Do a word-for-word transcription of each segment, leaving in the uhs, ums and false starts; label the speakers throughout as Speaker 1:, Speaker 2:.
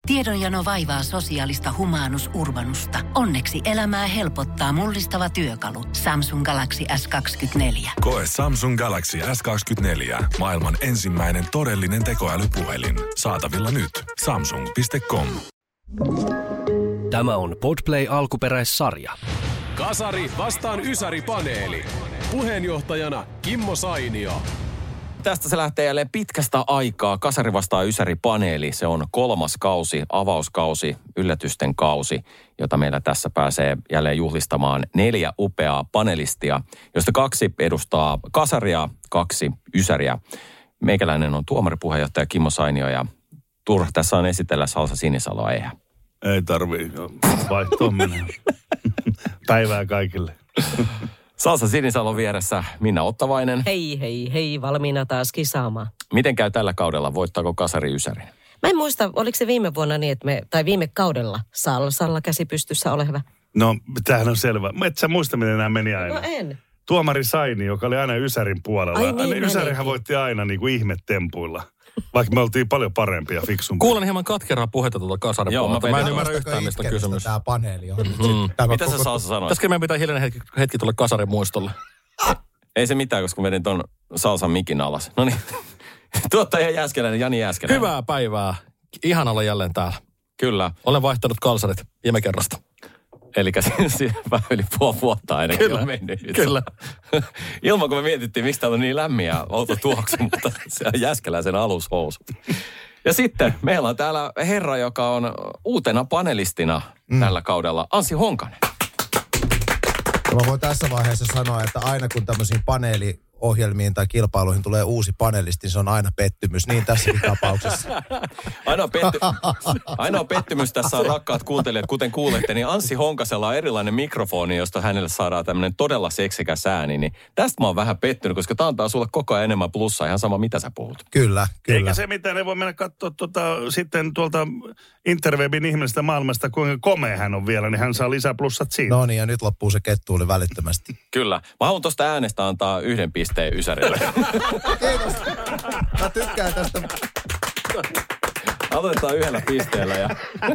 Speaker 1: Tiedonjano vaivaa sosiaalista humanus urbanusta. Onneksi elämää helpottaa mullistava työkalu. Samsung Galaxy S kaksikymmentäneljä.
Speaker 2: Koe Samsung Galaxy S kaksikymmentäneljä. Maailman ensimmäinen todellinen tekoälypuhelin. Saatavilla nyt. Samsung piste com.
Speaker 3: Tämä on Podplay alkuperäissarja.
Speaker 4: Kasari vastaan Ysäri-paneeli. Puheenjohtajana Kimmo Sainio.
Speaker 5: Tästä se lähtee jälleen pitkästä aikaa. Kasari vastaa Ysäri-paneeli. Se on kolmas kausi, avauskausi, yllätysten kausi, jota meillä tässä pääsee jälleen juhlistamaan neljä upeaa panelistia, josta kaksi edustaa Kasaria, kaksi Ysäriä. Meikäläinen on tuomaripuheenjohtaja Kimmo Sainio ja turha tässä on esitellä Salsa Sinisaloa, eihän?
Speaker 6: Ei tarvii, vaihtoon mennä. Päivää kaikille.
Speaker 5: Salsa Sinisalon vieressä Minna Ottavainen.
Speaker 7: Hei, hei, hei, valmiina taas kisaamaan.
Speaker 5: Miten käy tällä kaudella? Voittaako Kasari Ysärin?
Speaker 7: Mä en muista, oliko se viime vuonna niin, että me, tai viime kaudella Salsalla käsi pystyssä, ole hyvä.
Speaker 6: No, tämähän on selvä. Et sä muista, miten nämä meni aina.
Speaker 7: No en.
Speaker 6: Tuomari Saini, joka oli aina Ysärin puolella.
Speaker 7: Ai niin,
Speaker 6: Ysärihän voitti aina niin kuin ihmetempuilla. Vaikka me oltiin paljon parempia ja fiksumpia.
Speaker 8: Kuulen hieman katkeraa puhetta tuolta Kasarin
Speaker 5: Joo,
Speaker 8: puolelta.
Speaker 5: mä,
Speaker 8: Mä en ymmärrä yhtään, mistä kysymys.
Speaker 9: Tämä paneeli on.
Speaker 5: Mm. Tämä Mitä koko... sä Salsa sanoit?
Speaker 8: Pitäisikö meidän pitää hiljainen hetki, hetki tulla Kasarin muistolle?
Speaker 5: Ei se mitään, koska vedin ton Salsan mikin alas. No niin. Tuottaja Jääskeläinen, Jani Jääskeläinen.
Speaker 8: Hyvää päivää. Ihan olla jälleen täällä.
Speaker 5: Kyllä.
Speaker 8: Olen vaihtanut kalsarit viime kerrasta.
Speaker 5: Eli siinä vähän yli puoli vuotta ainakin
Speaker 8: Kyllä,
Speaker 5: on mennyt.
Speaker 8: kyllä.
Speaker 5: Ilman kun me mietittiin, mistä täällä on niin lämmin ja outo tuoksu, mutta se on Jääskeläisen alushousu. Ja sitten meillä on täällä herra, joka on uutena panelistina mm. tällä kaudella, Anssi Honkanen.
Speaker 9: Mä voin tässä vaiheessa sanoa, että aina kun tämmöisiin paneeliohjelmiin tai kilpailuihin tulee uusi panelisti, niin se on aina pettymys, niin tässäkin tapauksessa.
Speaker 5: Ainoa, petty... Ainoa pettymys tässä on, rakkaat kuuntelijat, kuten kuulette, niin Anssi Honkasella on erilainen mikrofoni, josta hänelle saadaan tämmöinen todella seksikäs ääni. Niin tästä mä oon vähän pettynyt, koska tää antaa sulle koko ajan enemmän plussaa, ihan sama mitä sä puhut.
Speaker 9: Kyllä, kyllä.
Speaker 6: Eikä se mitään, ne voi mennä katsoa tuota, sitten tuolta interwebin ihmisestä maailmasta, kuinka komea hän on vielä, niin hän saa lisää plussat siitä.
Speaker 9: No niin, ja nyt loppuu se kettuuli välittömästi.
Speaker 5: Kyllä. Mä haluan tosta äänestä antaa yhden pisteen Ysärille.
Speaker 9: Kiitos. Mä tykkään tästä.
Speaker 5: Aloitetaan yhdellä pisteellä ja...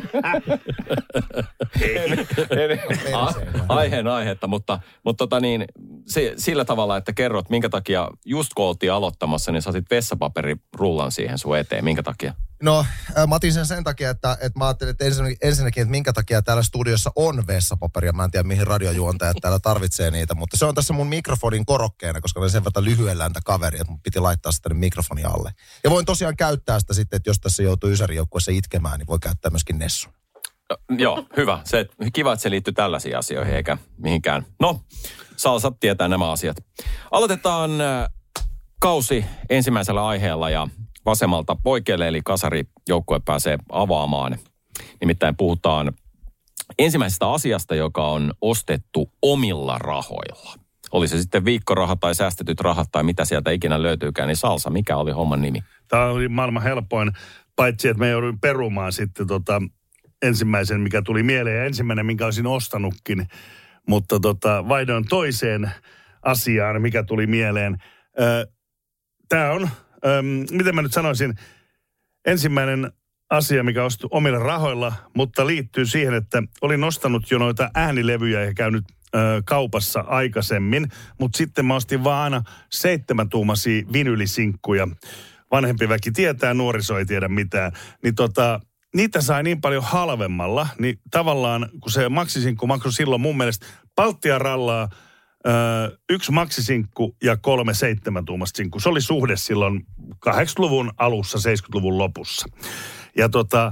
Speaker 5: Aiheen aihetta, mutta, mutta tota niin, se, sillä tavalla, että kerrot, minkä takia just kun oltiin aloittamassa, niin sä otit vessapaperirullan siihen sun eteen. Minkä takia?
Speaker 9: No, mä otin sen sen takia, että, että mä ajattelin, että ensinnäkin, että minkä takia täällä studiossa on vessapaperia. Mä en tiedä, mihin radiojuontajat täällä tarvitsee niitä, mutta se on tässä mun mikrofonin korokkeena, koska olen sen verran lyhyelläntä kaveri, että mun piti laittaa sitä mikrofoni alle. Ja voin tosiaan käyttää sitä sitten, että jos tässä joutuu Ysärin joukkueessa itkemään, niin voi käyttää myöskin Nessun.
Speaker 5: Joo, hyvä. Se, kiva, että se liittyy tällaisiin asioihin, eikä mihinkään. No, Salsa tietää nämä asiat. Aloitetaan kausi ensimmäisellä aiheella ja vasemmalta oikealle, eli Kasari-joukkue pääsee avaamaan. Nimittäin puhutaan ensimmäisestä asiasta, joka on ostettu omilla rahoilla. Oli se sitten viikkoraha tai säästetyt rahat tai mitä sieltä ikinä löytyykään, niin Salsa, mikä oli homman nimi?
Speaker 6: Tämä oli maailman helpoin, paitsi että me jouduin perumaan sitten tota ensimmäisen, mikä tuli mieleen ja ensimmäinen, minkä olisin ostanutkin. Mutta tota, vaihdoin toiseen asiaan, mikä tuli mieleen. Öö, Tämä on... Öm, miten mä nyt sanoisin, ensimmäinen asia, mikä ostui omilla rahoilla, mutta liittyy siihen, että olin ostanut jo noita äänilevyjä ja käynyt ö, kaupassa aikaisemmin, mutta sitten mä ostin vaan aina seitsemäntuumaisia vinylisinkkuja. Vanhempi väki tietää, nuoriso ei tiedä mitään. Niin tota, niitä sai niin paljon halvemmalla, niin tavallaan kun se maksisinkku maksoi silloin mun mielestä Baltia rallaa, Öö, yksi maksisinkku ja kolme seitsemäntuumasta sinkku. Se oli suhde silloin kahdeksankymmentäluvun alussa, seitsemänkymmentäluvun lopussa. Ja tota,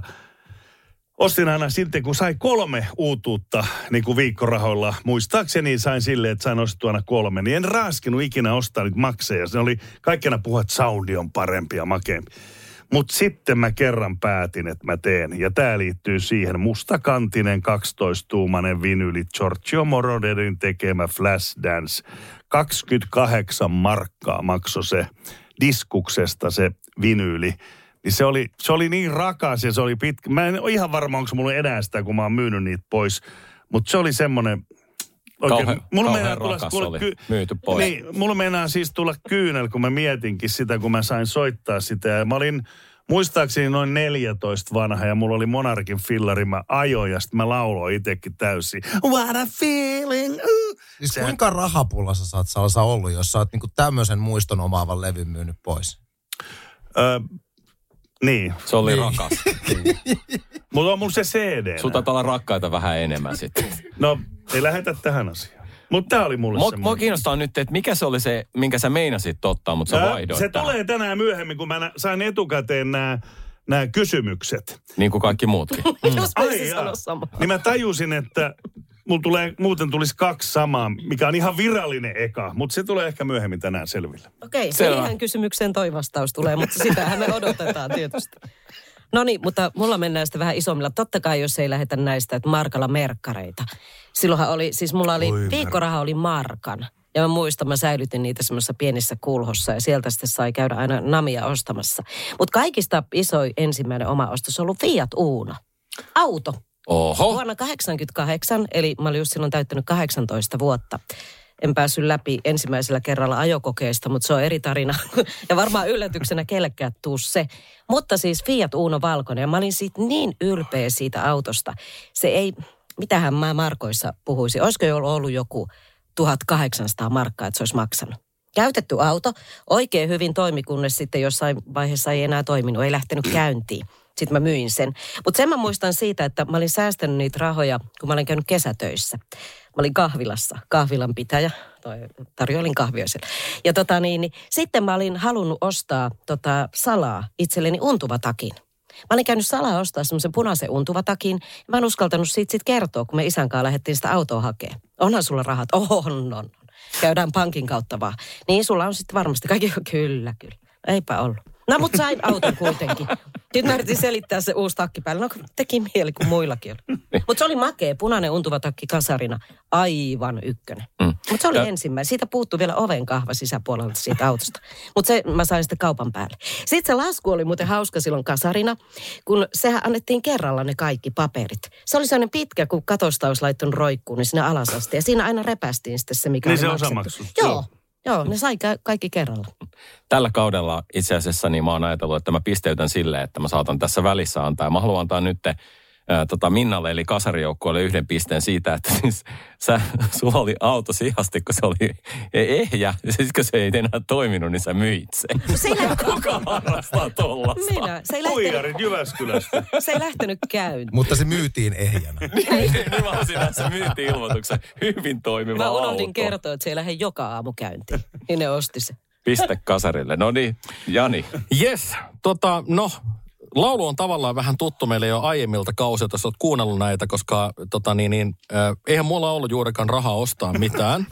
Speaker 6: ostin aina sitten, kun sai kolme uutuutta niin kuin viikkorahoilla. Muistaakseni sain silleen, että sain ostettua aina kolme. Niin en raaskinut ikinä ostaa niitä makseja. Se oli kaikkena puhua, että soundi on parempi ja makeampi. Mutta sitten mä kerran päätin, että mä teen. Ja tää liittyy siihen mustakantinen kaksitoistuumainen vinyli Giorgio Moroderin tekemä Flashdance. kaksikymmentäkahdeksan markkaa maksoi se diskuksesta se vinyyli. Niin se oli, se oli niin rakas ja se oli pitkä. Mä en ole ihan varma, onko mulla enää sitä, kun mä oon myynyt niitä pois. Mutta se oli semmoinen... Oikein,
Speaker 5: kauhean
Speaker 6: mulla
Speaker 5: kauhean rakas
Speaker 6: tulla,
Speaker 5: oli
Speaker 6: ky-
Speaker 5: myyty pois.
Speaker 6: Niin, mulla meinaa siis tulla kyynel, kun mä mietinkin sitä, kun mä sain soittaa sitä. Ja mä olin muistaakseni noin neljätoista vanha ja mulla oli Monarkin fillari, mä ajoin ja sitten mä lauloin itsekin täysin. What a feeling! Uh.
Speaker 9: Siis
Speaker 6: Sehän...
Speaker 9: kuinka rahapullassa sä oot Salsa ollut, jos sä oot niinku tämmöisen muiston omaavan levyn myynyt pois?
Speaker 6: Öö, niin.
Speaker 5: Se oli
Speaker 9: niin.
Speaker 5: rakas.
Speaker 6: Mulla on mun se C D.
Speaker 5: Sulta taitaa olla rakkaita vähän enemmän sitten.
Speaker 6: No, ei lähetä tähän asiaan. Mutta tää oli mulle
Speaker 5: Mua,
Speaker 6: semmoinen.
Speaker 5: mua kiinnostaa nyt, että mikä se oli se, minkä sä meinasit ottaa, mutta sä vaihdoit
Speaker 6: Se
Speaker 5: tähän.
Speaker 6: tulee tänään myöhemmin, kun mä nä- sain etukäteen nämä nämä kysymykset.
Speaker 5: Niin kuin kaikki muutkin.
Speaker 7: Jos
Speaker 6: Ai
Speaker 7: voisin
Speaker 6: jaa.
Speaker 7: sanoa sama.
Speaker 6: Niin mä tajusin, että mulla tulee, muuten tulisi kaksi samaa, mikä on ihan virallinen eka. Mutta se tulee ehkä myöhemmin tänään selville.
Speaker 7: Okei,
Speaker 5: Selvä.
Speaker 7: siihen kysymykseen toi vastaus tulee, mutta sitähän me odotetaan tietysti. No niin, mutta mulla mennään sitten vähän isommilla. Totta kai, jos ei lähetä näistä, että markalla merkkareita. Silloinhan oli, siis mulla oli,
Speaker 6: Oi,
Speaker 7: viikkoraha oli markan. Ja mä muistan, mä säilytin niitä semmoisessa pienissä kulhossa ja sieltä sitten sai käydä aina namia ostamassa. Mutta kaikista isoin ensimmäinen oma ostos on ollut Fiat Uno. Auto.
Speaker 5: Oho.
Speaker 7: Vuonna kahdeksankymmentäkahdeksan, eli mä olin just silloin täyttänyt kahdeksantoista vuotta. En päässyt läpi ensimmäisellä kerralla ajokokeesta, mutta se on eri tarina. Ja varmaan yllätyksenä kellekään tuu se. Mutta siis Fiat Uno valkoinen, ja mä olin siitä niin ylpeä siitä autosta. Se ei, mitähän mä markoissa puhuisin, olisiko jo ollut joku tuhatkahdeksansataa markkaa, että se olisi maksanut. Käytetty auto, oikein hyvin toimi, kunnes sitten jossain vaiheessa ei enää toiminut, ei lähtenyt käyntiin. Sitten mä myin sen. Mutta sen mä muistan siitä, että mä olin säästänyt niitä rahoja, kun mä olin käynyt kesätöissä. Mä olin kahvilassa, kahvilan pitäjä, toi, tarjoilin kahvia siellä. Ja tota niin, niin, sitten mä olin halunnut ostaa tota, salaa itselleni untuvatakin. Mä olin käynyt salaa ostaa semmoisen punaisen untuvatakin. Mä en uskaltanut siitä sit kertoa, kun me isän kanssa lähdettiin sitä autoa hakemaan. Onhan sulla rahat? Oh, on, on. Käydään pankin kautta vaan. Niin sulla on sitten varmasti kaikki, kyllä, kyllä. Eipä ollut. No, mutta sain auton kuitenkin. Nyt mä yritin selittää se uusi takki päälle. No, teki mieli kuin muillakin oli. Mutta se oli makea, punainen untuva takki kasarina. Aivan ykkönen. Mm. Mutta se oli ja. ensimmäinen. Siitä puuttui vielä oven kahva sisäpuolelta siitä autosta. Mutta se mä sain sitten kaupan päälle. Sitten se lasku oli muuten hauska silloin kasarina, kun sehän annettiin kerralla ne kaikki paperit. Se oli sellainen pitkä, kun katosta olisi laittanut roikkuun, niin sinne alas asti. Ja siinä aina repästiin sitten se, mikä
Speaker 6: niin
Speaker 7: oli
Speaker 6: se
Speaker 7: maksettu.
Speaker 6: osamaksu.
Speaker 7: Joo. Joo, ne sai ka- kaikki kerralla.
Speaker 5: Tällä kaudella itse asiassa niin mä oon ajatellut, että mä pisteytän silleen, että mä saatan tässä välissä antaa. Mä haluan antaa nyt ää, tota Minnalle eli kasarijoukkueelle yhden pisteen siitä, että siis sä, sulla oli auto sihasti, kun se oli ehjä. Ja siis kun se ei enää toiminut, niin sä myit sen.
Speaker 7: Se ei lähtenyt...
Speaker 5: Kuka harrastaa tollasta?
Speaker 7: Minä. Se ei lähtenyt...
Speaker 6: Huijarit Jyväskylästä.
Speaker 7: Se ei lähtenyt käyntiin.
Speaker 9: Mutta se myytiin ehjänä.
Speaker 5: Niin vaan sinänsä myytiin ilmoituksen hyvin toimiva
Speaker 7: Mä
Speaker 5: auto.
Speaker 7: unohdin kertoa, että se ei lähde joka aamu käyntiin. Niin ne osti se.
Speaker 5: Piste kasarille. No niin, Jani.
Speaker 8: Yes, tota, no, laulu on tavallaan vähän tuttu meille jo aiemmilta kausilta, jos olet kuunnellut näitä, koska tota niin, niin äh, eihän mulla ollut juurikaan rahaa ostaa mitään.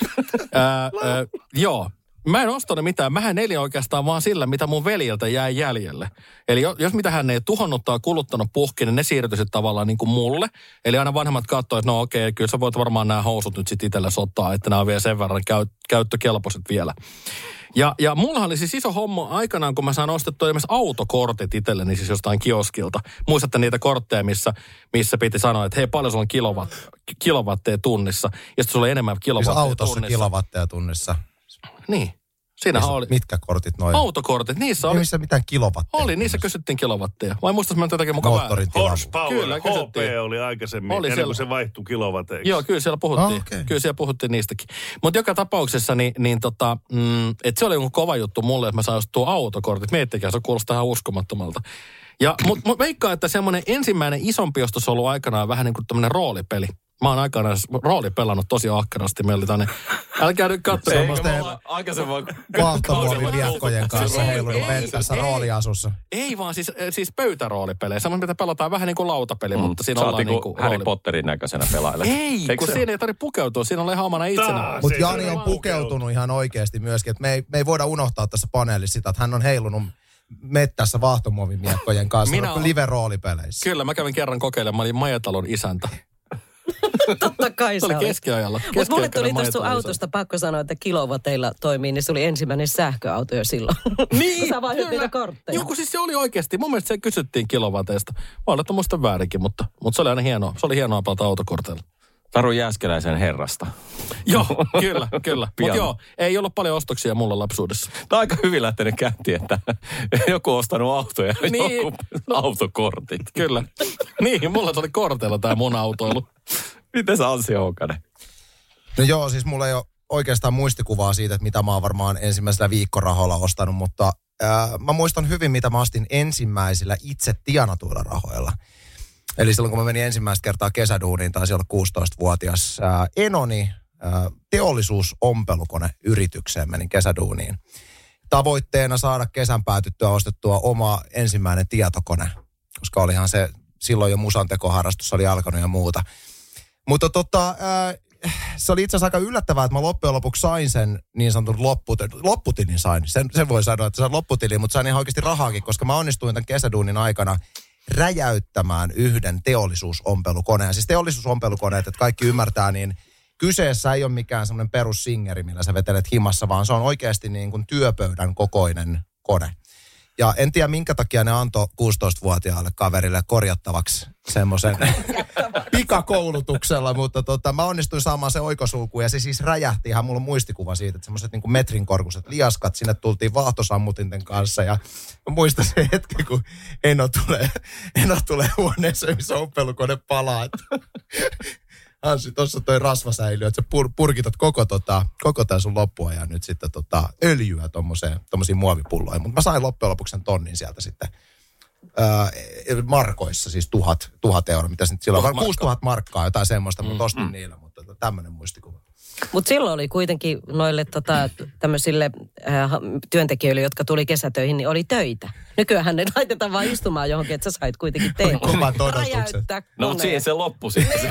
Speaker 8: äh, äh, joo, mä en ostanut mitään. Mähän elin oikeastaan vaan sillä, mitä mun veljeltä jäi jäljelle. Eli jos mitä hän ei tuhonnut tai kuluttanut puhki, niin ne siirtyisi tavallaan niin kuin mulle. Eli aina vanhemmat katsoivat, että no okei, kyllä sä voit varmaan nämä housut nyt sitten itsellesi ottaa, että nämä on vielä sen verran käy, käyttökelpoiset vielä. Ja, ja mullahan oli siis iso homma aikanaan, kun mä saan ostettua esimerkiksi autokortit itselleni siis jostain kioskilta. Muistatte niitä kortteja, missä, missä piti sanoa, että hei, paljon sulla on kilovat, kilowatteja tunnissa. Ja sitten sulla oli enemmän kilowatteja
Speaker 9: siis autossa
Speaker 8: tunnissa.
Speaker 9: kilowatteja tunnissa.
Speaker 8: Niin. Siinähän oli.
Speaker 9: Mitkä kortit noin?
Speaker 8: Autokortit, niissä oli.
Speaker 9: Ei missä mitään kilowatteja.
Speaker 8: Oli, niissä kysyttiin kilowatteja. Vai muistas mä nyt jotakin mukaan vähän?
Speaker 9: Moottorin tilavuus.
Speaker 6: Horsepower,
Speaker 8: Kyllä,
Speaker 6: H
Speaker 8: kysyttiin.
Speaker 6: P oli aikaisemmin,
Speaker 8: Oli
Speaker 6: ennen
Speaker 8: siellä.
Speaker 6: kuin se vaihtui kilowateiksi.
Speaker 8: Joo, kyllä siellä puhuttiin.
Speaker 9: Ah, okay.
Speaker 8: Kyllä siellä puhuttiin niistäkin. Mutta joka tapauksessa, niin, niin tota, mm, että se oli joku kova juttu mulle, että mä sain ostua autokortit. Miettikää, se kuulostaa ihan uskomattomalta. Ja mut, mut veikkaa, että semmoinen ensimmäinen isompi ostos on ollut aikanaan vähän niin kuin tämmöinen roolipeli. Mä oon aikanaan rooli pelannut tosi ahkerasti. Meillä oli tänne, älkää nyt katsoa.
Speaker 9: Semmoisten
Speaker 5: Aikaisemmin
Speaker 9: vaahtomuoviviekkojen kanssa heilunut pentässä
Speaker 8: ei.
Speaker 9: rooliasussa.
Speaker 8: Ei vaan siis, siis pöytäroolipelejä. Semmoinen, mitä pelataan vähän niin kuin lautapeli, mm. mutta siinä ollaan
Speaker 5: Saatiin
Speaker 8: niin
Speaker 5: kuin
Speaker 8: kuin
Speaker 5: Harry
Speaker 8: rooli-
Speaker 5: Potterin näköisenä pelailla.
Speaker 8: Ei,
Speaker 5: Eikö
Speaker 8: kun
Speaker 5: se
Speaker 8: siinä ei tarvitse pukeutua. Siinä on ihan omana itsenä.
Speaker 6: Taas.
Speaker 9: Mutta
Speaker 6: Se-
Speaker 9: Jani
Speaker 6: se
Speaker 9: on
Speaker 6: on
Speaker 9: pukeutunut ihan oikeasti myöskin. Että me, ei, me ei voida unohtaa tässä paneelissa sitä, että hän on heilunut mettässä vaahtomuovimiekkojen kanssa
Speaker 8: Minä olen-
Speaker 9: live-roolipeleissä.
Speaker 8: Kyllä, mä kävin kerran kokeilemaan. Mä olin Majatalon isäntä.
Speaker 7: Totta kai
Speaker 8: Se oli
Speaker 7: se oli.
Speaker 8: keskiajalla.
Speaker 7: Mutta mulle tuli
Speaker 8: Keskiaikainen
Speaker 7: tuosta sun
Speaker 8: Majatalon
Speaker 7: autosta pakko sanoa, että kilowatteilla toimii, niin se oli ensimmäinen sähköauto jo silloin.
Speaker 8: Niin,
Speaker 7: Sä vaihdot
Speaker 8: kyllä.
Speaker 7: niitä kortteja.
Speaker 8: Joku siis se oli oikeasti. Mun mielestä se kysyttiin kilowateista. Mä olen muista väärinkin, mutta, mutta se oli aina hienoa. Se oli hienoa pelata autokorteilla.
Speaker 5: Taru Jääskeläisen herrasta.
Speaker 8: Joo, kyllä, kyllä. Mutta joo, ei ollut paljon ostoksia mulla lapsuudessa.
Speaker 5: Tämä on aika hyvin lähtenyt käyntiin, että joku on ostanut autoja ja niin. joku autokortit.
Speaker 8: Kyllä. Niin, mulla oli korteilla tämä mun autoilu.
Speaker 5: Miten sä Anssi Honkanen?
Speaker 9: No joo, siis mulla ei ole oikeastaan muistikuvaa siitä, että mitä mä oon varmaan ensimmäisellä viikkorahoilla ostanut, mutta ää, mä muistan hyvin, mitä mä ostin ensimmäisillä itse tienatuilla rahoilla. Eli silloin, kun mä menin ensimmäistä kertaa kesäduuniin, taisi olla kuusitoistavuotias ää, enoni ää, teollisuusompelukone yritykseen menin kesäduuniin. Tavoitteena saada kesän päätyttyä ostettua oma ensimmäinen tietokone, koska olihan se silloin jo musantekoharrastus oli alkanut ja muuta. Mutta tota, ää, se oli itse asiassa aika yllättävää, että mä loppujen lopuksi sain sen niin sanotun lopputilin. Lopputilin sain. Sen, sen voi sanoa, että sain lopputilin, mutta sain ihan oikeasti rahaakin, koska mä onnistuin tämän kesäduunin aikana räjäyttämään yhden teollisuusompelukoneen. Siis teollisuusompelukoneet, että kaikki ymmärtää, niin kyseessä ei ole mikään semmoinen perussingeri, millä sä vetelet himassa, vaan se on oikeasti niin kuin työpöydän kokoinen kone. Ja en tiedä, minkä takia ne antoi kuusitoistavuotiaalle kaverille korjattavaksi semmoisen pikakoulutuksella, mutta tota, mä onnistuin saamaan se oikosulkuun ja se siis räjähti ihan, mulla on muistikuva siitä, että semmoiset niin kuin metrin korkuiset liaskat, sinne tultiin vaahtosammutinten kanssa ja mä muistan sen hetken, kun Eno tulee, Eno tulee huoneeseen, missä ompelukone palaa. Hansi, tuossa toi rasvasäiliö, että sä pur, purkitat koko, tota, koko tämän sun loppuajan nyt sitten tota, öljyä tommosiin muovipulloihin. Mutta mä sain loppujen lopuksi sen tonnin sieltä sitten ää, markoissa, siis tuhat, tuhat euroa, mitä se nyt silloin on. kuusituhatta markkaa, jotain semmoista, mm, mutta ostin mm. niillä, mutta tämmöinen muistikuva.
Speaker 7: Mutta silloin oli kuitenkin noille tota, tämmöisille äh, työntekijöille, jotka tuli kesätöihin, niin oli töitä. Nykyäänhän ne laitetaan vaan istumaan johonkin, että sä sait kuitenkin tehdä.
Speaker 9: Kovat odotukset.
Speaker 5: No mutta siihen se loppui sitten.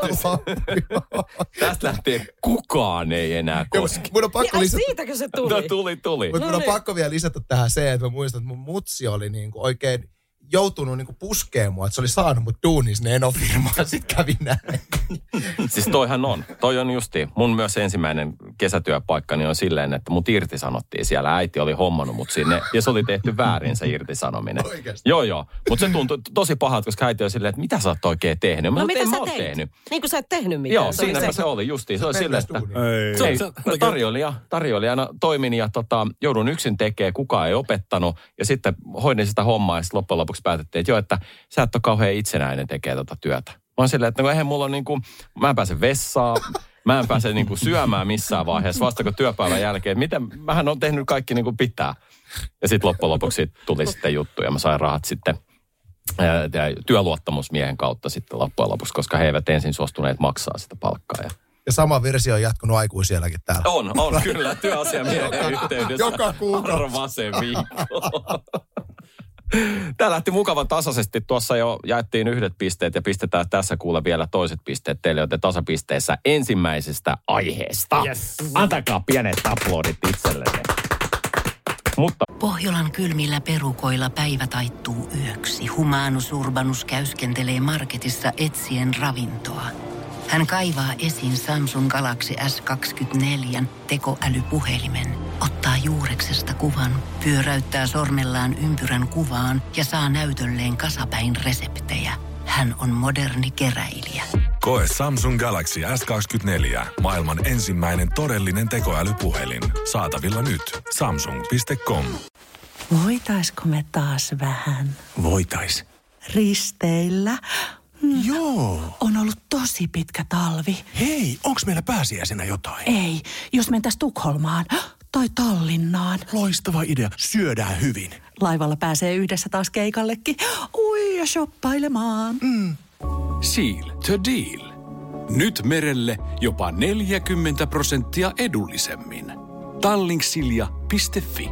Speaker 5: Tästä lähtien kukaan ei enää koski.
Speaker 9: Mun on pakko
Speaker 7: ja
Speaker 9: lisätä.
Speaker 7: siitäkö se tuli?
Speaker 5: No tuli, tuli.
Speaker 9: Mutta no mun on pakko vielä lisätä tähän se, että mä muistan, että mun mutsi oli niinku oikein joutunut niinku puskeen mua, että se oli saanut mut duunin sinne Eno-firmaan ja sit kävi näin.
Speaker 5: Siis toihan on. Toi on justiin. Mun myös ensimmäinen kesätyöpaikkani on silleen, että mut irtisanottiin siellä. Äiti oli hommannut mut sinne ja se oli tehty väärin se irtisanominen.
Speaker 9: Oikeasti?
Speaker 5: Joo, joo. Mutta se tuntui tosi pahalta, koska äiti oli silleen, että mitä sä oot oikein tehnyt? Mä
Speaker 7: no
Speaker 5: mitä
Speaker 7: mitä
Speaker 5: sä
Speaker 7: teit?
Speaker 5: Tehnyt.
Speaker 7: Niin kuin sä et tehnyt mitään.
Speaker 5: Joo, siinäpä se, se oli justiin. Se oli silleen, että
Speaker 6: Ei.
Speaker 5: ei, tarjoilija, tarjoilijana toimin ja tota, joudun yksin tekemään, kukaan ei opettanut. Ja sitten hoidin sitä hommaa ja sitten loppujen lopuksi päätettiin, että joo, että sä et ole kauhean itsenäinen tekee tota työtä. Mä oon silleen, että no eihän mulla on niinku, mä en pääse vessaan, mä en pääse niinku syömään missään vaiheessa, vasta kun työpäivän jälkeen. Miten, mähän on tehnyt kaikki niinku pitää. Ja sitten loppujen lopuksi tuli sitten juttu ja mä sain rahat sitten ää, työluottamusmiehen kautta sitten loppujen lopuksi, koska he eivät ensin suostuneet maksaa sitä palkkaa. Ja,
Speaker 9: ja sama versio on jatkunut aikuisielläkin täällä.
Speaker 5: on, on kyllä, työasiamiehen yhteydessä.
Speaker 9: Joka kuukausi.
Speaker 5: Arva sen viikko. Tämä lähti mukavan tasaisesti. Tuossa jo jaettiin yhdet pisteet ja pistetään tässä kuule vielä toiset pisteet. Teille olette tasapisteessä ensimmäisestä aiheesta.
Speaker 8: Yes.
Speaker 5: Antakaa pienet aplodit itsellenne. Mutta
Speaker 1: Pohjolan kylmillä perukoilla päivä taittuu yöksi. Humanus Urbanus käyskentelee marketissa etsien ravintoa. Hän kaivaa esiin Samsung Galaxy S kaksikymmentäneljä tekoälypuhelimen, ottaa juureksesta kuvan, pyöräyttää sormellaan ympyrän kuvaan ja saa näytölleen kasapäin reseptejä. Hän on moderni keräilijä.
Speaker 2: Koe Samsung Galaxy S kaksikymmentäneljä. Maailman ensimmäinen todellinen tekoälypuhelin. Saatavilla nyt. samsung piste com.
Speaker 10: Voitaisko me taas vähän
Speaker 11: Voitais.
Speaker 10: risteillä?
Speaker 11: Joo.
Speaker 10: On ollut tosi pitkä talvi.
Speaker 11: Hei, onks meillä pääsiäisenä jotain?
Speaker 10: Ei, jos mentäis Tukholmaan tai Tallinnaan.
Speaker 11: Loistava idea. Syödään hyvin.
Speaker 10: Laivalla pääsee yhdessä taas keikallekin. Ui ja shoppailemaan.
Speaker 11: Mm.
Speaker 4: Seal to deal. Nyt merelle jopa neljäkymmentä prosenttia edullisemmin. Tallingsilja piste fi.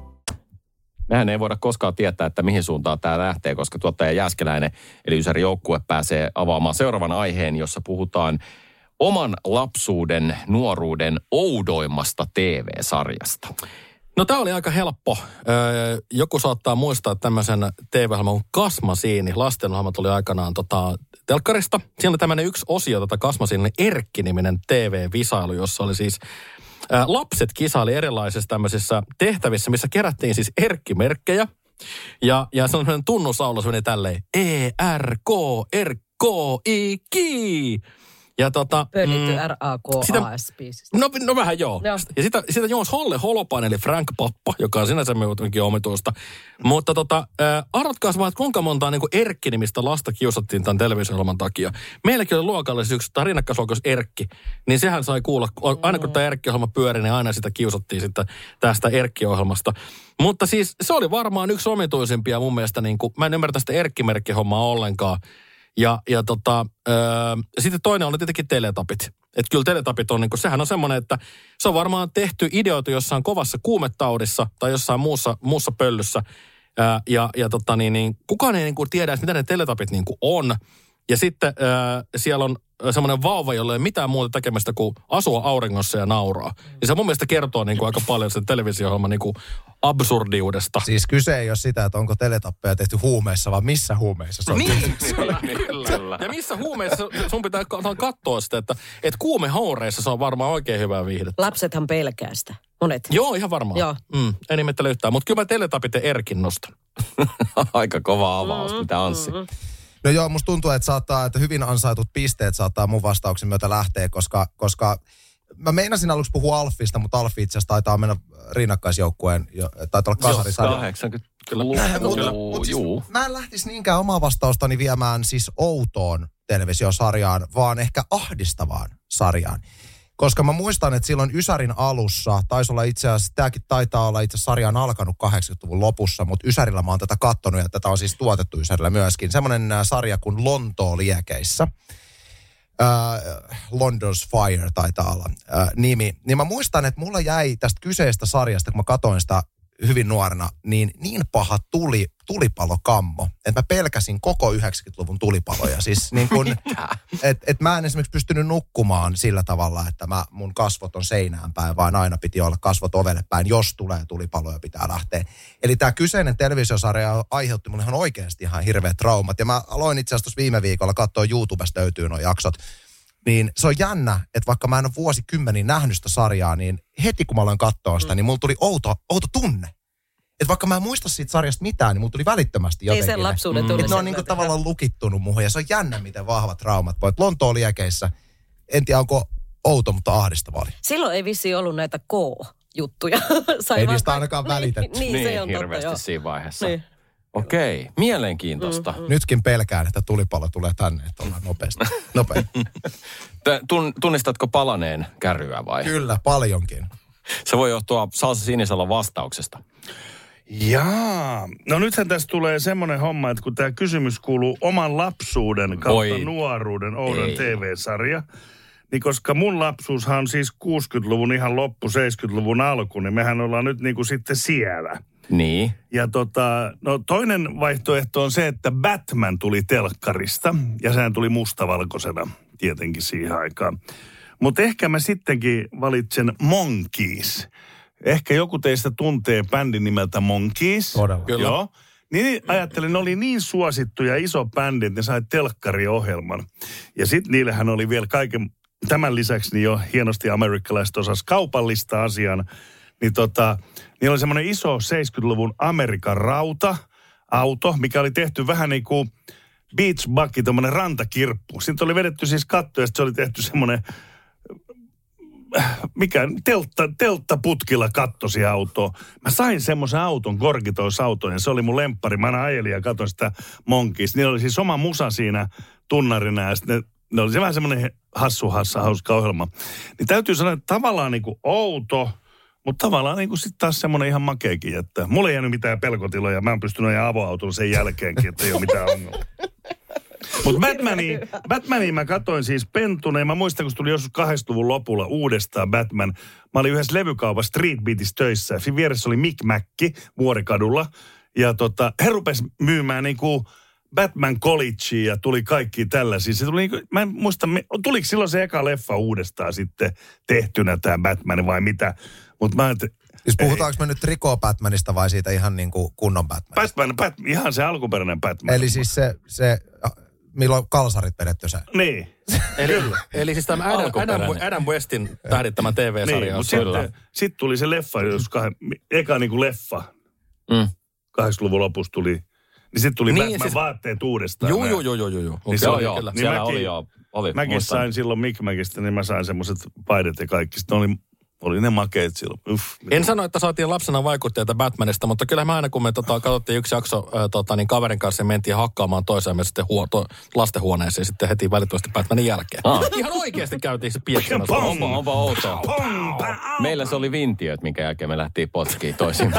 Speaker 5: mehän ei voida koskaan tietää, että mihin suuntaan tämä lähtee, koska tuottaja Jääskeläinen, eli Ysäri joukkue, pääsee avaamaan seuraavan aiheen, jossa puhutaan oman lapsuuden, nuoruuden oudoimmasta T V-sarjasta.
Speaker 8: No tämä oli aika helppo. Öö, joku saattaa muistaa tämmöisen T V-ohjelman kuin Kasmasiini. Lastenohjelma tuli aikanaan tota, telkkarista. Siinä oli tämmöinen yksi osio tota Kasmasiinin Erkki-niminen T V-visailu, jossa oli siis ää, lapset kisaili erilaisissa tämmöisissä tehtävissä, missä kerättiin siis Erkki-merkkejä. Ja, ja sellainen tunnusaula se meni tälleen E R K R K I K. Ja tota...
Speaker 7: Pöllitty
Speaker 8: mm,
Speaker 7: R A K A S-biisistä.
Speaker 8: No, no vähän joo.
Speaker 7: joo.
Speaker 8: Ja sitä, sitä Joons Holle Holopainen, eli Frank Pappa, joka on sinänsä minunkin omituista. Mutta tota, äh, arvatkaas vaan, että kuinka montaa niin kuin Erkki-nimistä lasta kiusattiin tämän televisio-ohjelman takia. Meilläkin oli luokalle siis yksi rinnakkaisluokas Erkki, niin sehän sai kuulla, aina kun tämä Erkki-ohjelma pyöri, niin aina sitä kiusattiin sitten tästä Erkki-ohjelmasta. Mutta siis se oli varmaan yksi omituisimpia mun mielestä, niin kuin, mä en ymmärrä sitä Erkki-merkkihommaa ollenkaan. Ja, ja tota, öö, sitten toinen oli tietenkin teletapit. Että kyllä teletapit on, niin kuin, sehän on semmoinen, että se on varmaan tehty ideoitu jossain kovassa kuumetaudissa tai jossain muussa, muussa pöllyssä. Ää, ja ja tota, niin, niin, kukaan ei niin kuin tiedä, että mitä ne teletapit niin kuin on. Ja sitten ää, siellä on semmoinen vauva, jolla ei mitään muuta tekemistä kuin asua auringossa ja nauraa. Ja se mun mielestä kertoo niin kuin aika paljon sen televisio-ohjelman niin kuin absurdiudesta.
Speaker 9: Siis kyse ei ole sitä, että onko teletappeja tehty huumeissa, vaan missä huumeissa se on.
Speaker 8: Niin, kyllä, kyllä. Ja missä huumeissa sun pitää katsoa sitä, että, että kuumehoureissa se on varmaan oikein hyvää viihdettä.
Speaker 7: Lapsethan pelkää sitä. Monet.
Speaker 8: Joo, ihan varmaan.
Speaker 7: Joo.
Speaker 8: Mm, en ihmettele yhtään, mutta kyllä mä teletapit ja Erkin nostan.
Speaker 5: Aika kova avaus, mm, mitä Anssi. Mm, mm.
Speaker 9: No joo, musta tuntuu, että saattaa, että hyvin ansaitut pisteet saattaa mun vastauksen myötä lähteä, koska, koska mä meinasin aluksi puhua Alfista, mutta Alfi itse asiassa taitaa mennä rinnakkaisjoukkueen, taitaa olla kasarisarja.
Speaker 5: kahdeksankymmentä Kyllä.
Speaker 9: Mutta, mutta siis, mä en lähtisi niinkään omaa vastaustani viemään siis outoon televisiosarjaan, vaan ehkä ahdistavaan sarjaan. Koska mä muistan, että silloin Ysärin alussa, taisi olla itse asiassa, tämäkin taitaa olla itse asiassa sarja on alkanut kahdeksankymmentäluvun lopussa, mutta Ysärillä mä oon tätä kattonut ja tätä on siis tuotettu Ysärillä myöskin. Semmoinen sarja kuin Lontoo liekeissä. Äh, London's Fire taitaa olla äh, nimi. Niin mä muistan, että mulla jäi tästä kyseistä sarjasta, kun mä katsoin sitä hyvin nuorena, niin niin paha tuli, tulipalokammo, että mä pelkäsin koko yhdeksänkymmentäluvun tulipaloja. Siis niin kun, että et mä en esimerkiksi pystynyt nukkumaan sillä tavalla, että mä, mun kasvot on seinään päin, vaan aina piti olla kasvot ovelle päin, jos tulee tulipaloja pitää lähteä. Eli tämä kyseinen televisiosarja aiheutti mun ihan oikeasti ihan hirveät traumat. Ja mä aloin itse asiassa viime viikolla katsoa YouTubesta löytyy nuo jaksot. Niin se on jännä, että vaikka mä en ole vuosikymmeniin nähnyt sitä sarjaa, niin heti kun mä aloin katsoa sitä, mm. niin mulla tuli outo, outo tunne. Että vaikka mä en muista siitä sarjasta mitään, niin mulla tuli välittömästi jotenkin.
Speaker 7: Ei sen lapsuuden tunne.
Speaker 9: Että ne on niin kuin tavallaan lukittunut muuhun ja se on jännä, miten vahvat traumat voi. Lontoon liekeissä, en tiedä onko outo, mutta ahdistavaa oli.
Speaker 7: Silloin ei vissiin ollut näitä K-juttuja.
Speaker 9: Sai ei niistä ainakaan välitetty.
Speaker 7: Niin, niin,
Speaker 5: niin
Speaker 7: se on
Speaker 5: hirveästi
Speaker 7: totta,
Speaker 5: siinä vaiheessa.
Speaker 7: Niin.
Speaker 5: Okei, mielenkiintoista.
Speaker 7: Mm, mm.
Speaker 9: Nytkin pelkään, että tulipalo tulee tänne, että ollaan nopeasti. nopeasti.
Speaker 5: Tun, tunnistatko palaneen kärryä vai?
Speaker 9: Kyllä, paljonkin.
Speaker 5: Se voi johtua Salsa Sinisalon vastauksesta.
Speaker 6: Jaa. No nythän tässä tulee semmoinen homma, että kun tämä kysymys kuuluu oman lapsuuden kautta Oi. nuoruuden oudon T V-sarja, niin koska mun lapsuushan on siis kuusikymmentäluvun ihan loppu, seitsemänkymmentäluvun alku, niin mehän ollaan nyt niin kuin sitten siellä.
Speaker 5: Niin.
Speaker 6: Ja tota, no toinen vaihtoehto on se, että Batman tuli telkkarista, ja sehän tuli mustavalkoisena tietenkin siihen aikaan. Mutta ehkä mä sittenkin valitsen Monkees. Ehkä joku teistä tuntee bändin nimeltä Monkees.
Speaker 9: Todella.
Speaker 6: Kyllä. Joo. Niin ajattelin, ne oli niin suosittu ja iso bändi, että ne sai telkkariohjelman. Ja sitten niillähän oli vielä kaiken, tämän lisäksi niin jo hienosti amerikkalaiset osas kaupallista asian. Niin tota, niillä oli semmoinen iso seitsemänkymmentäluvun Amerikan rauta auto, mikä oli tehty vähän niin kuin beach buggy, tommoinen rantakirppu. Siitä oli vedetty siis katto ja se oli tehty semmoinen mikä teltta, telttaputkilla kattosi autoa. Mä sain semmoisen auton, korkitoisauton, ja se oli mun lemppari. Mä aina ajelin ja katsoin sitä Monkees. Niillä oli siis oma musa siinä tunnarina, ja sitten ne, ne oli se vähän semmoinen hassu hassa, hauska ohjelma. Niin täytyy sanoa, että tavallaan niin kuin outo, mutta tavallaan niin kuin sitten taas semmoinen ihan makeakin, että mulla ei jäänyt mitään pelkotiloja. Mä oon pystynyt ajaa avoautolla sen jälkeenkin, että ei ole mitään ongelmaa. Mutta Batmania, Batmania mä katsoin siis pentuna, ja mä muistan, kun se tuli joskus kahdeksankymmentäluvun lopulla uudestaan Batman. Mä olin yhdessä levykaupassa Street Beatissä töissä, ja vieressä oli Mick Mäkki Vuorikadulla, ja tota, he rupes myymään niinku Batman Collegea, ja tuli kaikki tällaisia. Se tuli niinku, mä en muista, tuliko silloin se eka leffa uudestaan sitten tehtynä tämä Batman vai mitä, mutta mä ajattelin,
Speaker 9: siis puhutaanko me nyt Trikoo Batmanista vai siitä ihan niin kuin kunnon Batmanista?
Speaker 6: Batman, Batman, ihan se alkuperäinen Batman.
Speaker 9: Eli siis se, se milloin kalsarit vedetty se?
Speaker 6: Niin.
Speaker 8: Eli, eli siis tämä Adam, Adam, Adam Westin tähdittämä T V-sarja.
Speaker 6: Niin, mutta sitten sit tuli se leffa, jos kahden, eka niin kuin leffa, mm. kahdeksankymmentäluvun lopussa tuli, niin sitten tuli niin, Batman siis vaatteet uudestaan.
Speaker 8: Joo, joo, joo, joo. joo.
Speaker 5: Niin se, joo, joo. Niin siellä mäkin, oli jo oli.
Speaker 6: Mäkin
Speaker 5: Muistan.
Speaker 6: sain silloin Mikmäkistä, niin mä sain semmoiset paidat ja kaikki. Sitten oli, oli ne makeet silloin. Uff,
Speaker 8: en sano, että saatiin lapsena vaikutteita Batmanista, mutta kyllä mä aina kun me tota, katsottiin yksi jakso ä, tota, niin kaverin kanssa ja mentiin hakkaamaan toiseen me sitten huo, to, lastenhuoneeseen sitten heti välittömästi Batmanin jälkeen. Ah. Ihan oikeasti käytiin se pieksänä.
Speaker 5: Onpa, onpa outoa. Meillä se oli vintiöt, minkä jälkeen me lähtiin potskiin toisin.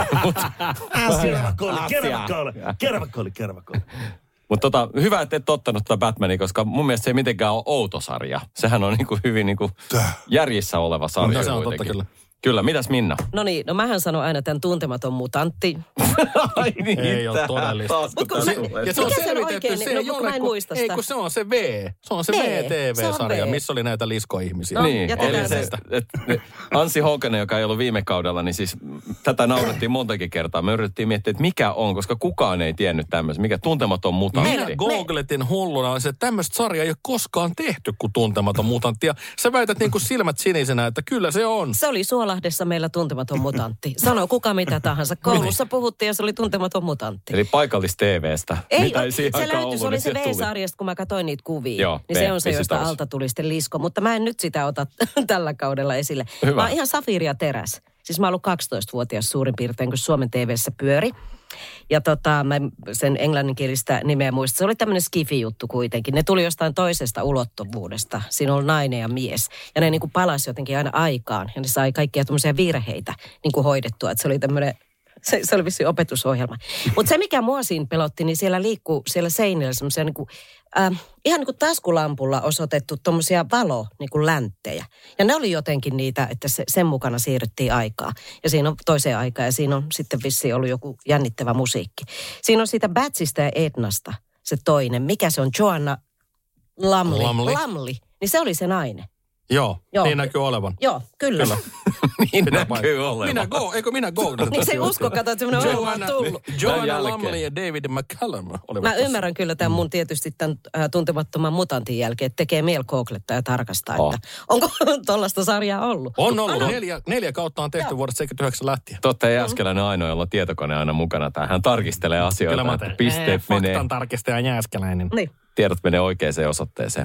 Speaker 6: Kervakolli, kervakolli, kervakolli, kervakolli.
Speaker 5: Mutta tota, hyvä, että et ottanut tätä Batmania, koska mun mielestä se ei mitenkään ole outo sarja. Sehän on niinku hyvin niinku järjissä oleva sarja.
Speaker 8: No, se on totta kyllä.
Speaker 5: Kyllä, mitäs Minna?
Speaker 7: No niin, no mähän sanon aina tämän tuntematon mutantti.
Speaker 5: Ai niin,
Speaker 8: ei ole todellista.
Speaker 7: Mut kun
Speaker 8: se,
Speaker 7: se,
Speaker 8: ja se on
Speaker 7: mikä
Speaker 8: selvitetty,
Speaker 7: oikein,
Speaker 8: se
Speaker 7: no,
Speaker 8: ei
Speaker 7: kun
Speaker 8: ole,
Speaker 7: mä en
Speaker 8: kun,
Speaker 7: muista sitä.
Speaker 8: ei kun se on se V. Se on se
Speaker 7: V,
Speaker 8: V-T V-sarja,
Speaker 7: se on V.
Speaker 8: missä oli näitä liskoihmisiä.
Speaker 7: No,
Speaker 5: niin, eli se,
Speaker 7: sitä.
Speaker 5: et, et, Anssi Honkanen, joka ei ollut viime kaudella, niin siis tätä naurettiin montakin kertaa. Me yritettiin miettiä, että mikä on, koska kukaan ei tiennyt tämmöistä. Mikä tuntematon mutantti.
Speaker 8: Minä googletin hulluna, että tämmöistä sarjaa ei ole koskaan tehty kuin tuntematon mutantti. Ja sä väität niin kuin silmät sinisenä, että kyllä se on.
Speaker 7: Se oli Suolahdessa meillä tuntematon mutantti. Sano kuka mitä tahansa. Koulussa puhuttiin ja se oli tuntematon mutantti.
Speaker 5: Eli paikallis-T V:stä.
Speaker 7: Ei,
Speaker 5: mitä ei siihen
Speaker 7: se
Speaker 5: aikaan
Speaker 7: löytyi,
Speaker 5: ollut,
Speaker 7: se oli
Speaker 5: niin
Speaker 7: se
Speaker 5: tuli.
Speaker 7: V-sarjasta, kun mä katsoin niitä kuvia.
Speaker 5: Joo,
Speaker 7: niin
Speaker 5: V,
Speaker 7: se on se, josta
Speaker 5: vesitalous.
Speaker 7: alta tuli sitten lisko. Mutta mä en nyt sitä ota tällä kaudella esille.
Speaker 5: Hyvä.
Speaker 7: Mä oon ihan Safiri ja Teräs. Siis mä oon ollut kaksitoistavuotias suurin piirtein, kun Suomen T V:ssä pyöri. Ja tota, mä sen englanninkielistä nimeä muista. Se oli tämmöinen skifi-juttu kuitenkin. Ne tuli jostain toisesta ulottuvuudesta. Siinä oli nainen ja mies. Ja ne niin kuin palasi jotenkin aina aikaan. Ja ne sai kaikkia tämmöisiä virheitä niin kuin hoidettua. Että se oli tämmöinen, se, se oli vissiin opetusohjelma. Mutta se, mikä mua siinä pelotti, niin siellä liikkuu siellä seinillä semmoisia niin kuin, äh, ihan niin kuin taskulampulla osoitettu tommosia valo niin kuin länttejä. Ja ne oli jotenkin niitä, että se, sen mukana siirryttiin aikaa. Ja siinä on toiseen aikaan ja siinä on sitten vissiin ollut joku jännittävä musiikki. Siinä on siitä Batsista ja Ednasta se toinen. Mikä se on? Joanna Lamley.
Speaker 8: Lamley.
Speaker 7: Lamley. Niin se oli se nainen.
Speaker 8: Joo,
Speaker 7: Joo.
Speaker 8: niin näkyy olevan.
Speaker 7: Joo, kyllä.
Speaker 8: Kyllä.
Speaker 5: Niin
Speaker 8: Pitää
Speaker 5: näkyy
Speaker 8: paikkaa.
Speaker 5: olevan.
Speaker 8: Minä go, eikö minä googletin
Speaker 7: Niin se
Speaker 8: tässä
Speaker 7: usko,
Speaker 8: just.
Speaker 7: kato, että semmoinen ohjelma on tullut.
Speaker 8: Joanna
Speaker 5: jälkeen.
Speaker 8: Lamley ja David McCallum olivat
Speaker 7: Mä
Speaker 8: tässä.
Speaker 7: ymmärrän kyllä tämän mun tietysti tämän äh, tuntemattoman mutantin jälkeen, että tekee mieli googlettaa ja tarkastaa,
Speaker 5: Oh.
Speaker 7: että onko tollaista sarjaa ollut.
Speaker 8: On ollut. Neljä, neljä kautta on tehty vuodesta seitsemänkymmentäyhdeksän lähtien.
Speaker 5: Totta ei Jääskeläinen ainoa, jolla on tietokone aina mukana. Tai hän tarkistelee asioita,
Speaker 8: Kyllä mä
Speaker 5: että
Speaker 8: teen.
Speaker 5: pisteet menee,
Speaker 8: Faktan tarkistaja Jääskeläinen.
Speaker 7: Niin.
Speaker 5: tiedot menee oikeaan osoitteeseen.